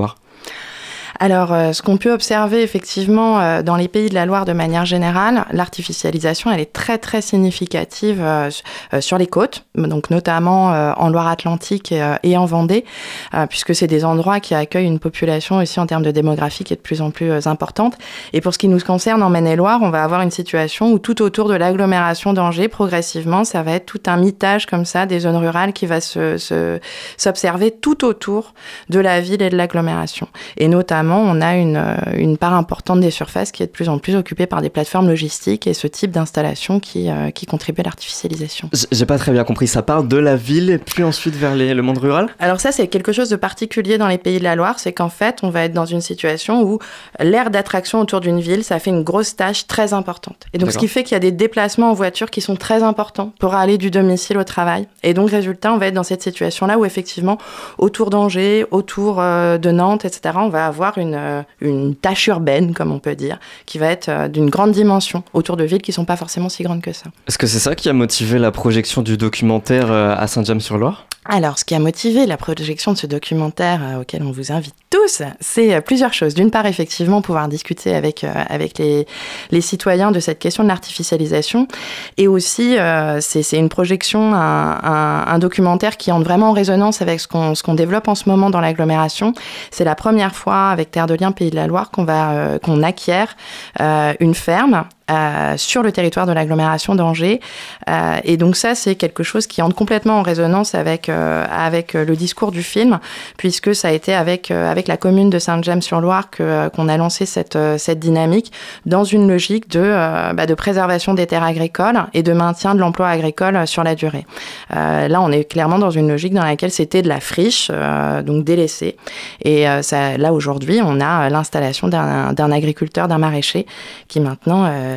Alors, euh, ce qu'on peut observer effectivement euh, dans les Pays de la Loire de manière générale, l'artificialisation, elle est très très significative euh, euh, sur les côtes, donc notamment euh, en Loire-Atlantique et, euh, et en Vendée, euh, puisque c'est des endroits qui accueillent une population aussi en termes de démographie qui est de plus en plus euh, importante. Et pour ce qui nous concerne en Maine-et-Loire, on va avoir une situation où tout autour de l'agglomération d'Angers, progressivement, ça va être tout un mitage comme ça des zones rurales qui va se, se, s'observer tout autour de la ville et de l'agglomération. Et notamment, on a une, une part importante des surfaces qui est de plus en plus occupée par des plateformes logistiques et ce type d'installation qui, euh, qui contribue à l'artificialisation. J'ai pas très bien compris, ça part de la ville et puis ensuite vers les, le monde rural ? Alors ça, c'est quelque chose de particulier dans les Pays de la Loire, c'est qu'en fait, on va être dans une situation où l'aire d'attraction autour d'une ville, ça fait une grosse tâche très importante. Et donc, D'accord. Ce qui fait qu'il y a des déplacements en voiture qui sont très importants pour aller du domicile au travail. Et donc, résultat, on va être dans cette situation-là où effectivement, autour d'Angers, autour euh, de Nantes, et cetera, on va avoir Une, une tâche urbaine, comme on peut dire, qui va être d'une grande dimension autour de villes qui ne sont pas forcément si grandes que ça. Est-ce que c'est ça qui a motivé la projection du documentaire à Saint-James-sur-Loire ? Alors, ce qui a motivé la projection de ce documentaire euh, auquel on vous invite tous, c'est euh, plusieurs choses. D'une part, effectivement, pouvoir discuter avec, euh, avec les, les citoyens de cette question de l'artificialisation. Et aussi, euh, c'est, c'est une projection, un, un, un documentaire qui entre vraiment en résonance avec ce qu'on, ce qu'on développe en ce moment dans l'agglomération. C'est la première fois, avec Terre de Liens, Pays de la Loire, qu'on, va, euh, qu'on acquiert euh, une ferme Euh, sur le territoire de l'agglomération d'Angers. Euh, et donc ça, c'est quelque chose qui entre complètement en résonance avec, euh, avec le discours du film, puisque ça a été avec, euh, avec la commune de Saint-James-sur-Loire que, euh, qu'on a lancé cette, euh, cette dynamique dans une logique de, euh, bah, de préservation des terres agricoles et de maintien de l'emploi agricole sur la durée. Euh, là, on est clairement dans une logique dans laquelle c'était de la friche, euh, donc délaissée. Et euh, ça, là, aujourd'hui, on a l'installation d'un, d'un agriculteur, d'un maraîcher qui maintenant... Euh,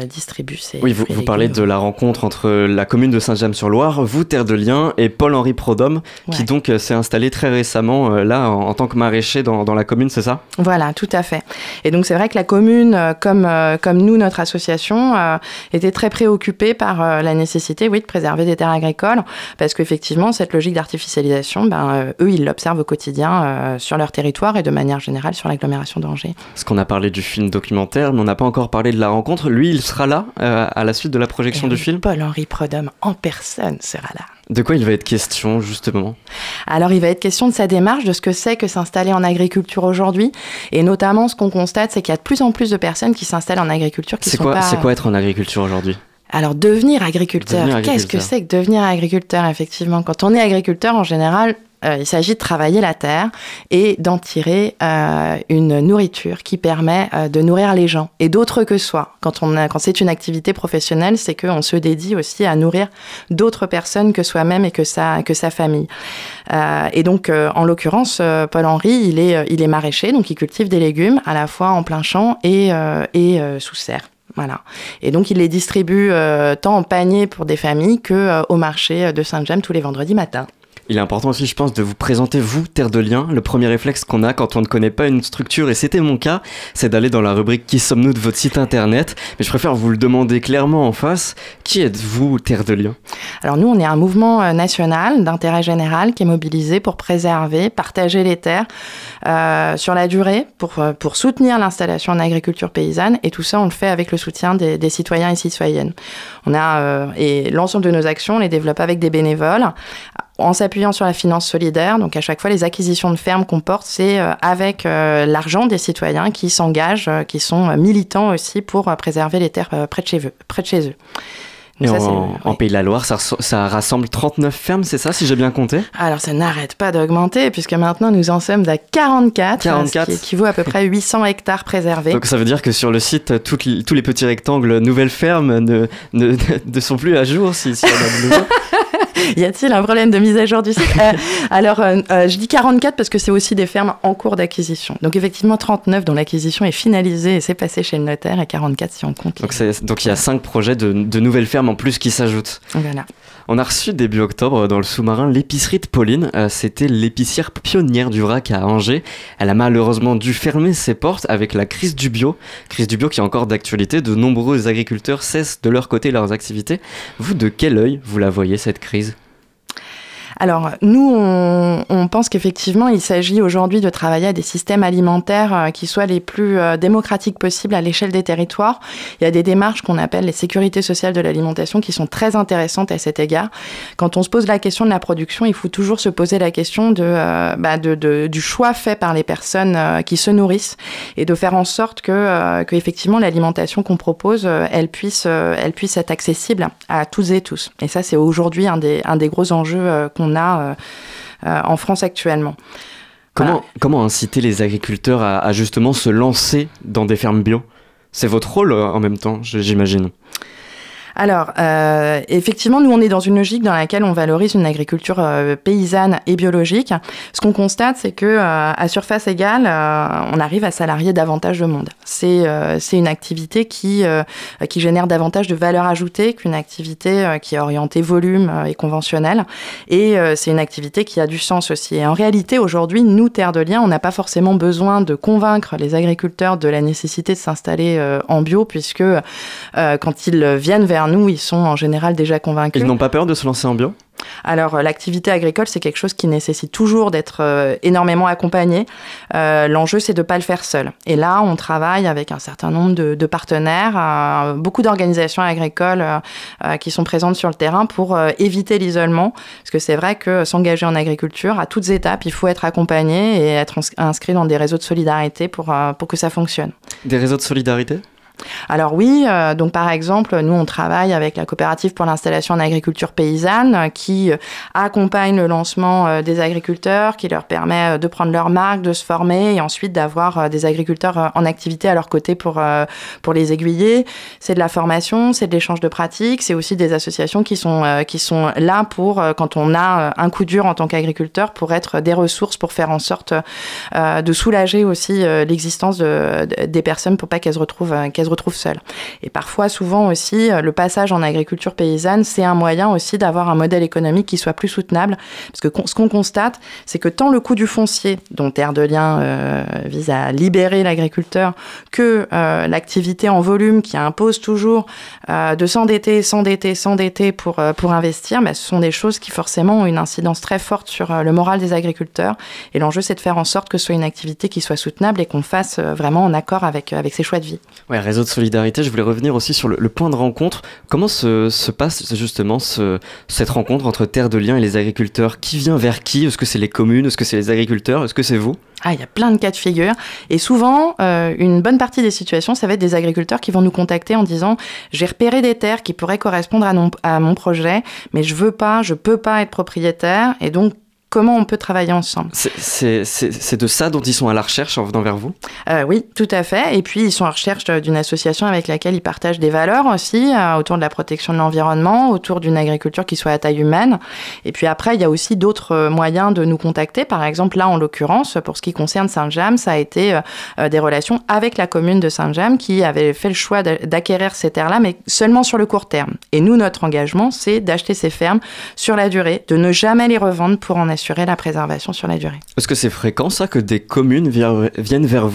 distribue ces Oui, vous, vous parlez de la rencontre entre la commune de Saint-James-sur-Loire, vous, Terre de Liens, et Paul-Henri Prodhomme, ouais. qui donc euh, s'est installé très récemment euh, là en, en tant que maraîcher dans, dans la commune, c'est ça ? Voilà, tout à fait. Et donc c'est vrai que la commune, euh, comme, euh, comme nous, notre association, euh, était très préoccupée par euh, la nécessité, oui, de préserver des terres agricoles, parce qu'effectivement, cette logique d'artificialisation, ben, euh, eux, ils l'observent au quotidien euh, sur leur territoire et de manière générale sur l'agglomération d'Angers. Parce qu'on a parlé du film documentaire, mais on n'a pas encore parlé de la rencontre. Lui, il sera là euh, à la suite de la projection et du film ? Paul-Henri Prodhomme en personne sera là. De quoi il va être question, justement ? Alors, il va être question de sa démarche, de ce que c'est que s'installer en agriculture aujourd'hui. Et notamment, ce qu'on constate, c'est qu'il y a de plus en plus de personnes qui s'installent en agriculture qui c'est sont quoi, pas... C'est quoi être en agriculture aujourd'hui ? Alors, devenir agriculteur, devenir agriculteur, qu'est-ce que c'est que devenir agriculteur, effectivement ? Quand on est agriculteur, en général... Euh, il s'agit de travailler la terre et d'en tirer euh, une nourriture qui permet euh, de nourrir les gens et d'autres que soi. Quand, on a, quand c'est une activité professionnelle, c'est qu'on se dédie aussi à nourrir d'autres personnes que soi-même et que sa, que sa famille. Euh, et donc, euh, en l'occurrence, euh, Paul-Henri, il est, il est maraîcher, donc il cultive des légumes à la fois en plein champ et, euh, et euh, sous serre. Voilà. Et donc, il les distribue euh, tant en panier pour des familles que euh, au marché de Saint-James tous les vendredis matins. Il est important aussi, je pense, de vous présenter, vous, Terre de Liens. Le premier réflexe qu'on a quand on ne connaît pas une structure, et c'était mon cas, c'est d'aller dans la rubrique « Qui sommes-nous » de votre site internet. Mais je préfère vous le demander clairement en face. Qui êtes-vous, Terre de Liens ? Alors nous, on est un mouvement national d'intérêt général qui est mobilisé pour préserver, partager les terres euh, sur la durée, pour, pour soutenir l'installation en agriculture paysanne. Et tout ça, on le fait avec le soutien des, des citoyens et citoyennes. On a, euh, et l'ensemble de nos actions, on les développe avec des bénévoles, en s'appuyant sur la finance solidaire. Donc à chaque fois, les acquisitions de fermes qu'on porte, c'est euh, avec euh, l'argent des citoyens qui s'engagent, euh, qui sont euh, militants aussi pour euh, préserver les terres euh, près de chez eux. Près de chez eux. Et ça, en, le, en oui. Pays de la Loire, ça, ça rassemble trente-neuf fermes, c'est ça, si j'ai bien compté ? Alors, ça n'arrête pas d'augmenter, puisque maintenant, nous en sommes à quarante-quatre, quarante-quatre. Ce qui équivaut à peu près huit cents hectares préservés. Donc, ça veut dire que sur le site, toutes, tous les petits rectangles nouvelles fermes ne, ne, ne sont plus à jour, si, si on a besoin. Y a-t-il un problème de mise à jour du site ? euh, Alors, euh, euh, je dis quarante-quatre parce que c'est aussi des fermes en cours d'acquisition. Donc, effectivement, trente-neuf dont l'acquisition est finalisée et c'est passé chez le notaire, et quarante-quatre si on compte. Donc, c'est, donc il y a cinq projets de, de nouvelles fermes en plus qui s'ajoutent. Voilà. On a reçu début octobre dans le sous-marin l'épicerie de Pauline. Euh, c'était l'épicière pionnière du Vrac à Angers. Elle a malheureusement dû fermer ses portes avec la crise du bio. Crise du bio qui est encore d'actualité. De nombreux agriculteurs cessent de leur côté leurs activités. Vous, de quel œil vous la voyez, cette crise ? Alors, nous, on, on pense qu'effectivement, il s'agit aujourd'hui de travailler à des systèmes alimentaires euh, qui soient les plus euh, démocratiques possibles à l'échelle des territoires. Il y a des démarches qu'on appelle les sécurités sociales de l'alimentation qui sont très intéressantes à cet égard. Quand on se pose la question de la production, il faut toujours se poser la question de, euh, bah de, de, du choix fait par les personnes euh, qui se nourrissent et de faire en sorte que, euh, que effectivement, l'alimentation qu'on propose, euh, elle, puisse, euh, elle puisse être accessible à toutes et tous. Et ça, c'est aujourd'hui un des, un des gros enjeux euh, qu'on a euh, euh, en France actuellement. Comment, voilà. comment inciter les agriculteurs à, à justement se lancer dans des fermes bio ? C'est votre rôle euh, en même temps, j'imagine. Alors, euh, effectivement, nous, on est dans une logique dans laquelle on valorise une agriculture euh, paysanne et biologique. Ce qu'on constate, c'est que euh, à surface égale, euh, on arrive à salarier davantage de monde. C'est, euh, c'est une activité qui, euh, qui génère davantage de valeur ajoutée qu'une activité euh, qui est orientée volume euh, et conventionnelle. Et euh, c'est une activité qui a du sens aussi. Et en réalité, aujourd'hui, nous, Terre de Liens, on n'a pas forcément besoin de convaincre les agriculteurs de la nécessité de s'installer euh, en bio, puisque euh, quand ils viennent vers nous, ils sont en général déjà convaincus. Ils n'ont pas peur de se lancer en bio ? Alors, l'activité agricole, c'est quelque chose qui nécessite toujours d'être euh, énormément accompagné. Euh, l'enjeu, c'est de ne pas le faire seul. Et là, on travaille avec un certain nombre de, de partenaires, euh, beaucoup d'organisations agricoles euh, euh, qui sont présentes sur le terrain pour euh, éviter l'isolement. Parce que c'est vrai que s'engager en agriculture, à toutes étapes, il faut être accompagné et être inscrit dans des réseaux de solidarité pour, euh, pour que ça fonctionne. Des réseaux de solidarité ? Alors oui, euh, donc par exemple, nous on travaille avec la coopérative pour l'installation en agriculture paysanne euh, qui euh, accompagne le lancement euh, des agriculteurs, qui leur permet euh, de prendre leur marque, de se former et ensuite d'avoir euh, des agriculteurs euh, en activité à leur côté pour, euh, pour les aiguiller. C'est de la formation, c'est de l'échange de pratiques, c'est aussi des associations qui sont, euh, qui sont là pour, euh, quand on a euh, un coup dur en tant qu'agriculteur, pour être des ressources, pour faire en sorte euh, de soulager aussi euh, l'existence de, de, des personnes pour pas qu'elles se retrouvent, euh, qu'elles retrouvent seuls. Et parfois, souvent aussi, le passage en agriculture paysanne, c'est un moyen aussi d'avoir un modèle économique qui soit plus soutenable. Parce que ce qu'on constate, c'est que tant le coût du foncier, dont Terre de Liens euh, vise à libérer l'agriculteur, que euh, l'activité en volume qui impose toujours euh, de s'endetter, s'endetter, s'endetter pour, euh, pour investir, bah, ce sont des choses qui forcément ont une incidence très forte sur euh, le moral des agriculteurs. Et l'enjeu, c'est de faire en sorte que ce soit une activité qui soit soutenable et qu'on fasse euh, vraiment en accord avec, euh, avec ses choix de vie. Ouais, réseau de solidarité, je voulais revenir aussi sur le, le point de rencontre. Comment se, se passe justement ce, cette rencontre entre Terre de Liens et les agriculteurs? Qui vient vers qui? Est-ce que c'est les communes? Est-ce que c'est les agriculteurs? Est-ce que c'est vous? Ah, il y a plein de cas de figure. Et souvent, euh, une bonne partie des situations, ça va être des agriculteurs qui vont nous contacter en disant « J'ai repéré des terres qui pourraient correspondre à, non, à mon projet, mais je veux pas, je peux pas être propriétaire. » Et donc, comment on peut travailler ensemble. C'est, c'est, c'est, c'est de ça dont ils sont à la recherche en venant vers vous ? euh, Oui, tout à fait. Et puis, ils sont à la recherche d'une association avec laquelle ils partagent des valeurs aussi, euh, autour de la protection de l'environnement, autour d'une agriculture qui soit à taille humaine. Et puis après, il y a aussi d'autres moyens de nous contacter. Par exemple, là, en l'occurrence, pour ce qui concerne Sainte-Jamme, ça a été euh, des relations avec la commune de Sainte-Jamme qui avait fait le choix d'acquérir ces terres-là, mais seulement sur le court terme. Et nous, notre engagement, c'est d'acheter ces fermes sur la durée, de ne jamais les revendre pour en assurer assurer la préservation sur la durée. Est-ce que c'est fréquent ça que des communes viennent vers vous ?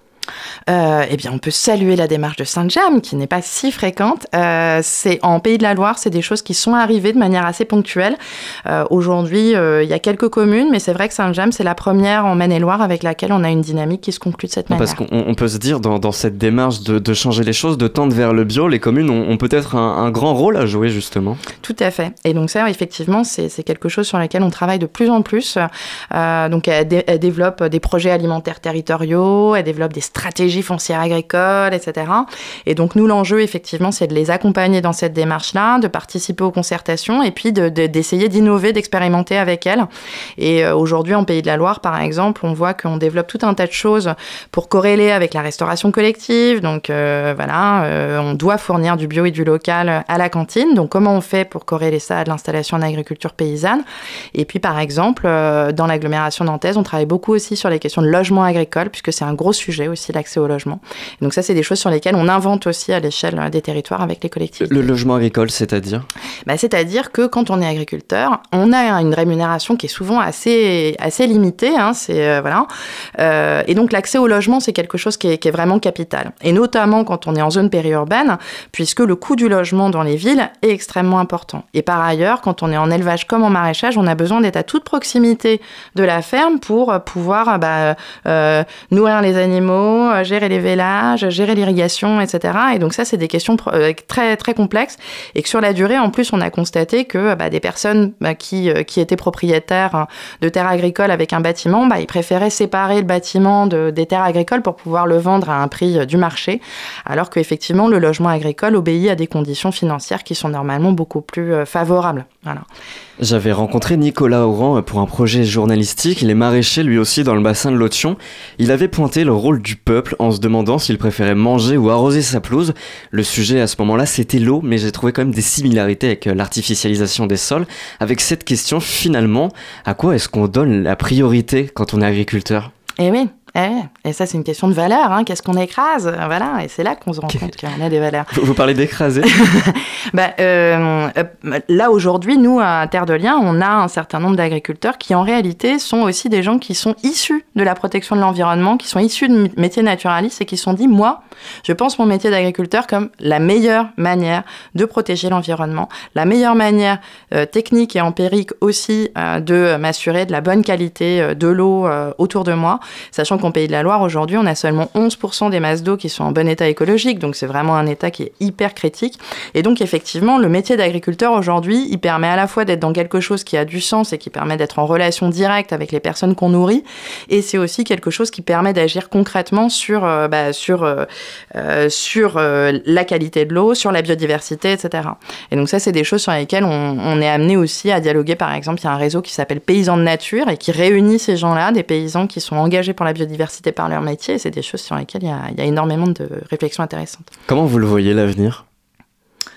Euh, eh bien, on peut saluer la démarche de Sainte-Jamme, qui n'est pas si fréquente. Euh, c'est, en Pays de la Loire, c'est des choses qui sont arrivées de manière assez ponctuelle. Euh, aujourd'hui, euh, il y a quelques communes, mais c'est vrai que Sainte-Jamme, c'est la première en Maine-et-Loire avec laquelle on a une dynamique qui se conclut de cette non, manière. Parce qu'on on peut se dire, dans, dans cette démarche de, de changer les choses, de tendre vers le bio, les communes ont, ont peut-être un, un grand rôle à jouer, justement. Tout à fait. Et donc ça, effectivement, c'est, c'est quelque chose sur lequel on travaille de plus en plus. Euh, donc, elle, dé- elle développe des projets alimentaires territoriaux, elle développe des stratégies foncières agricoles, et cetera. Et donc, nous, l'enjeu, effectivement, c'est de les accompagner dans cette démarche-là, de participer aux concertations et puis de, de, d'essayer d'innover, d'expérimenter avec elles. Et euh, aujourd'hui, en Pays de la Loire, par exemple, on voit qu'on développe tout un tas de choses pour corréler avec la restauration collective. Donc, euh, voilà, euh, on doit fournir du bio et du local à la cantine. Donc, comment on fait pour corréler ça à de l'installation en agriculture paysanne? Et puis, par exemple, euh, dans l'agglomération nantaise, on travaille beaucoup aussi sur les questions de logement agricole, puisque c'est un gros sujet aussi, l'accès au logement. Et donc ça, c'est des choses sur lesquelles on invente aussi à l'échelle des territoires avec les collectivités. Le logement agricole, c'est-à-dire ? Bah, c'est-à-dire que quand on est agriculteur, on a une rémunération qui est souvent assez, assez limitée. Hein, c'est, euh, voilà. Euh, et donc l'accès au logement, c'est quelque chose qui est, qui est vraiment capital. Et notamment quand on est en zone périurbaine, puisque le coût du logement dans les villes est extrêmement important. Et par ailleurs, quand on est en élevage comme en maraîchage, on a besoin d'être à toute proximité de la ferme pour pouvoir bah, euh, nourrir les animaux, gérer les vélages, gérer l'irrigation, et cetera. Et donc ça, c'est des questions très, très complexes et que sur la durée, en plus, on a constaté que bah, des personnes bah, qui, qui étaient propriétaires de terres agricoles avec un bâtiment, bah, ils préféraient séparer le bâtiment de, des terres agricoles pour pouvoir le vendre à un prix du marché, alors qu'effectivement, le logement agricole obéit à des conditions financières qui sont normalement beaucoup plus favorables. Voilà. J'avais rencontré Nicolas Auran pour un projet journalistique. Il est maraîcher lui aussi dans le bassin de l'Othion. Il avait pointé le rôle du peuple en se demandant s'il préférait manger ou arroser sa pelouse. Le sujet à ce moment-là, c'était l'eau, mais j'ai trouvé quand même des similarités avec l'artificialisation des sols. Avec cette question, finalement, à quoi est-ce qu'on donne la priorité quand on est agriculteur ? Eh oui. Eh, et ça, c'est une question de valeur. Hein. Qu'est-ce qu'on écrase ? Voilà, et c'est là qu'on se rend compte qu'on a des valeurs. Vous parlez d'écraser ? bah, euh, Là, aujourd'hui, nous, à Terre de Liens, on a un certain nombre d'agriculteurs qui, en réalité, sont aussi des gens qui sont issus de la protection de l'environnement, qui sont issus de métiers naturalistes et qui se sont dit, moi, je pense mon métier d'agriculteur comme la meilleure manière de protéger l'environnement, la meilleure manière euh, technique et empirique aussi euh, de m'assurer de la bonne qualité euh, de l'eau euh, autour de moi, sachant qu'en Pays de la Loire, aujourd'hui, on a seulement onze pour cent des masses d'eau qui sont en bon état écologique, donc c'est vraiment un état qui est hyper critique. Et donc, effectivement, le métier d'agriculteur, aujourd'hui, il permet à la fois d'être dans quelque chose qui a du sens et qui permet d'être en relation directe avec les personnes qu'on nourrit, et c'est aussi quelque chose qui permet d'agir concrètement sur, euh, bah, sur, euh, euh, sur euh, la qualité de l'eau, sur la biodiversité, et cetera. Et donc ça, c'est des choses sur lesquelles on, on est amené aussi à dialoguer. Par exemple, il y a un réseau qui s'appelle Paysans de Nature et qui réunit ces gens-là, des paysans qui sont engagés pour la biodiversité, diversité par leur métier, et c'est des choses sur lesquelles il y a, il y a énormément de réflexions intéressantes. Comment vous le voyez, l'avenir ?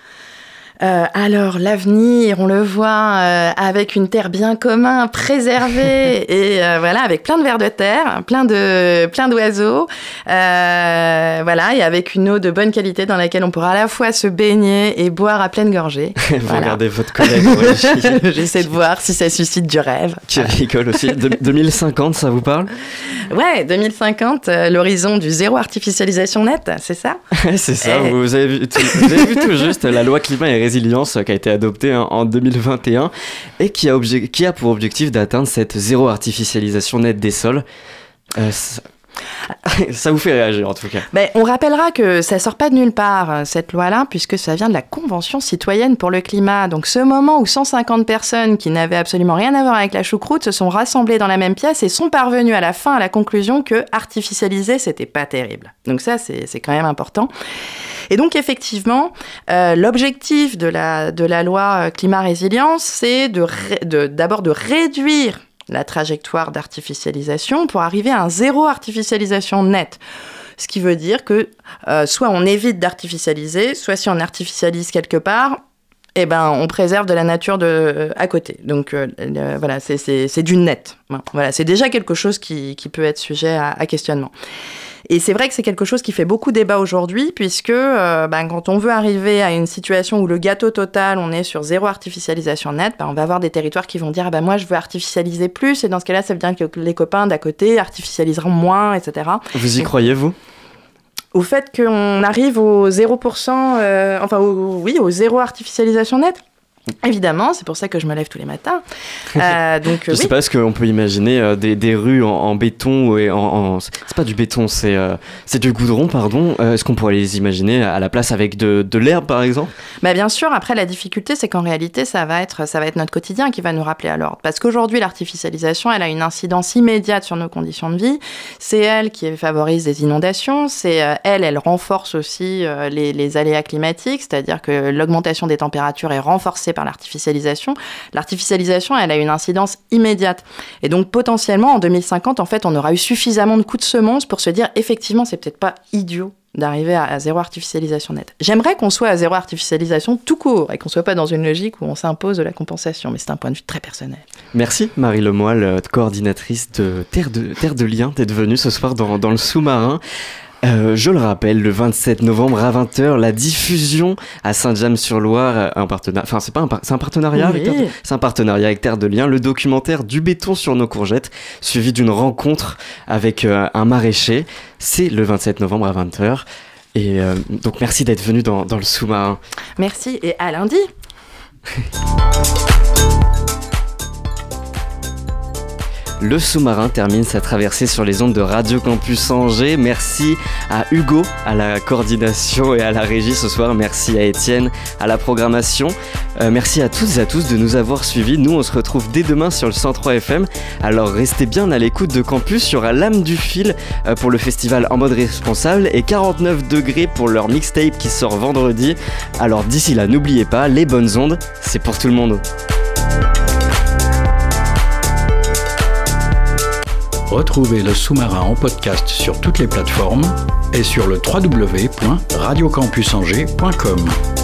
Euh, alors, l'avenir, on le voit euh, avec une terre bien commune, préservée, et euh, voilà, avec plein de vers de terre, plein, de, plein d'oiseaux, euh, voilà, et avec une eau de bonne qualité dans laquelle on pourra à la fois se baigner et boire à pleine gorgée. Vous voilà. regardez votre collègue, oui. J'essaie de voir si ça suscite du rêve. Qui rigole aussi. De- deux mille cinquante, ça vous parle? Ouais, deux mille cinquante, euh, l'horizon du zéro artificialisation nette, c'est ça? C'est ça, Et... vous, avez vu tout, vous avez vu tout juste la loi climat et résilience qui a été adoptée hein, en deux mille vingt et un et qui a, obje- qui a pour objectif d'atteindre cette zéro artificialisation nette des sols. Euh, ça... ça vous fait réagir en tout cas. Ben, on rappellera que ça sort pas de nulle part, cette loi-là, puisque ça vient de la Convention citoyenne pour le climat. Donc ce moment où cent cinquante personnes qui n'avaient absolument rien à voir avec la choucroute se sont rassemblées dans la même pièce et sont parvenues à la fin à la conclusion que artificialiser, c'était pas terrible. Donc ça, c'est, c'est quand même important. Et donc effectivement, euh, l'objectif de la, de la loi climat-résilience, c'est de, de, d'abord de réduire la trajectoire d'artificialisation pour arriver à un zéro artificialisation nette. Ce qui veut dire que euh, soit on évite d'artificialiser, soit si on artificialise quelque part, eh ben, on préserve de la nature de, euh, à côté. Donc euh, euh, voilà, c'est, c'est, c'est du net. Voilà, c'est déjà quelque chose qui, qui peut être sujet à, à questionnement. Et c'est vrai que c'est quelque chose qui fait beaucoup débat aujourd'hui, puisque euh, ben, quand on veut arriver à une situation où le gâteau total, on est sur zéro artificialisation nette, ben, on va avoir des territoires qui vont dire ah ben, « moi, je veux artificialiser plus », et dans ce cas-là, ça veut dire que les copains d'à côté artificialiseront moins, et cetera. Vous y et, croyez, vous ? Au fait qu'on arrive au zéro pour cent, euh, enfin au, oui, au zéro artificialisation nette. Évidemment, c'est pour ça que je me lève tous les matins. Euh, donc, je oui. sais pas, est-ce qu'on peut imaginer euh, des, des rues en, en béton et en, en... C'est pas du béton, c'est, euh, c'est du goudron, pardon. Euh, est-ce qu'on pourrait les imaginer à la place avec de, de l'herbe, par exemple ? Bah bien sûr, après la difficulté, c'est qu'en réalité, ça va être, ça va être notre quotidien qui va nous rappeler à l'ordre. Parce qu'aujourd'hui, l'artificialisation, elle a une incidence immédiate sur nos conditions de vie. C'est elle qui favorise des inondations. C'est euh, elle, elle renforce aussi euh, les, les aléas climatiques, c'est-à-dire que l'augmentation des températures est renforcée par l'artificialisation. L'artificialisation, elle a une incidence immédiate. Et donc, potentiellement, en deux mille cinquante, en fait, on aura eu suffisamment de coups de semonce pour se dire, effectivement, c'est peut-être pas idiot d'arriver à, à zéro artificialisation nette. J'aimerais qu'on soit à zéro artificialisation tout court et qu'on soit pas dans une logique où on s'impose de la compensation, mais c'est un point de vue très personnel. Merci Marie Lemoyle, coordinatrice de Terre de, Terre de Liens, d'être venue ce soir dans, dans le sous-marin. Euh, je le rappelle, le vingt-sept novembre à vingt heures, la diffusion à Saint-James-sur-Loire, un partenariat, enfin c'est pas un, par... c'est un partenariat oui. avec Terre de... c'est un partenariat avec Terre de Liens, le documentaire Du béton sur nos courgettes, suivi d'une rencontre avec euh, un maraîcher. C'est le vingt-sept novembre à vingt heures. Et euh, donc merci d'être venu dans, dans le sous-marin. Merci et à lundi. Le sous-marin termine sa traversée sur les ondes de Radio Campus Angers. Merci à Hugo, à la coordination et à la régie ce soir. Merci à Étienne, à la programmation. Euh, merci à toutes et à tous de nous avoir suivis. Nous, on se retrouve dès demain sur le cent trois F M. Alors restez bien à l'écoute de Campus. Il y aura L'âme du fil euh, pour le festival En mode responsable et quarante-neuf degrés pour leur mixtape qui sort vendredi. Alors d'ici là, n'oubliez pas, les bonnes ondes, c'est pour tout le monde. Retrouvez le sous-marin en podcast sur toutes les plateformes et sur le w w w point radio campus angers point com.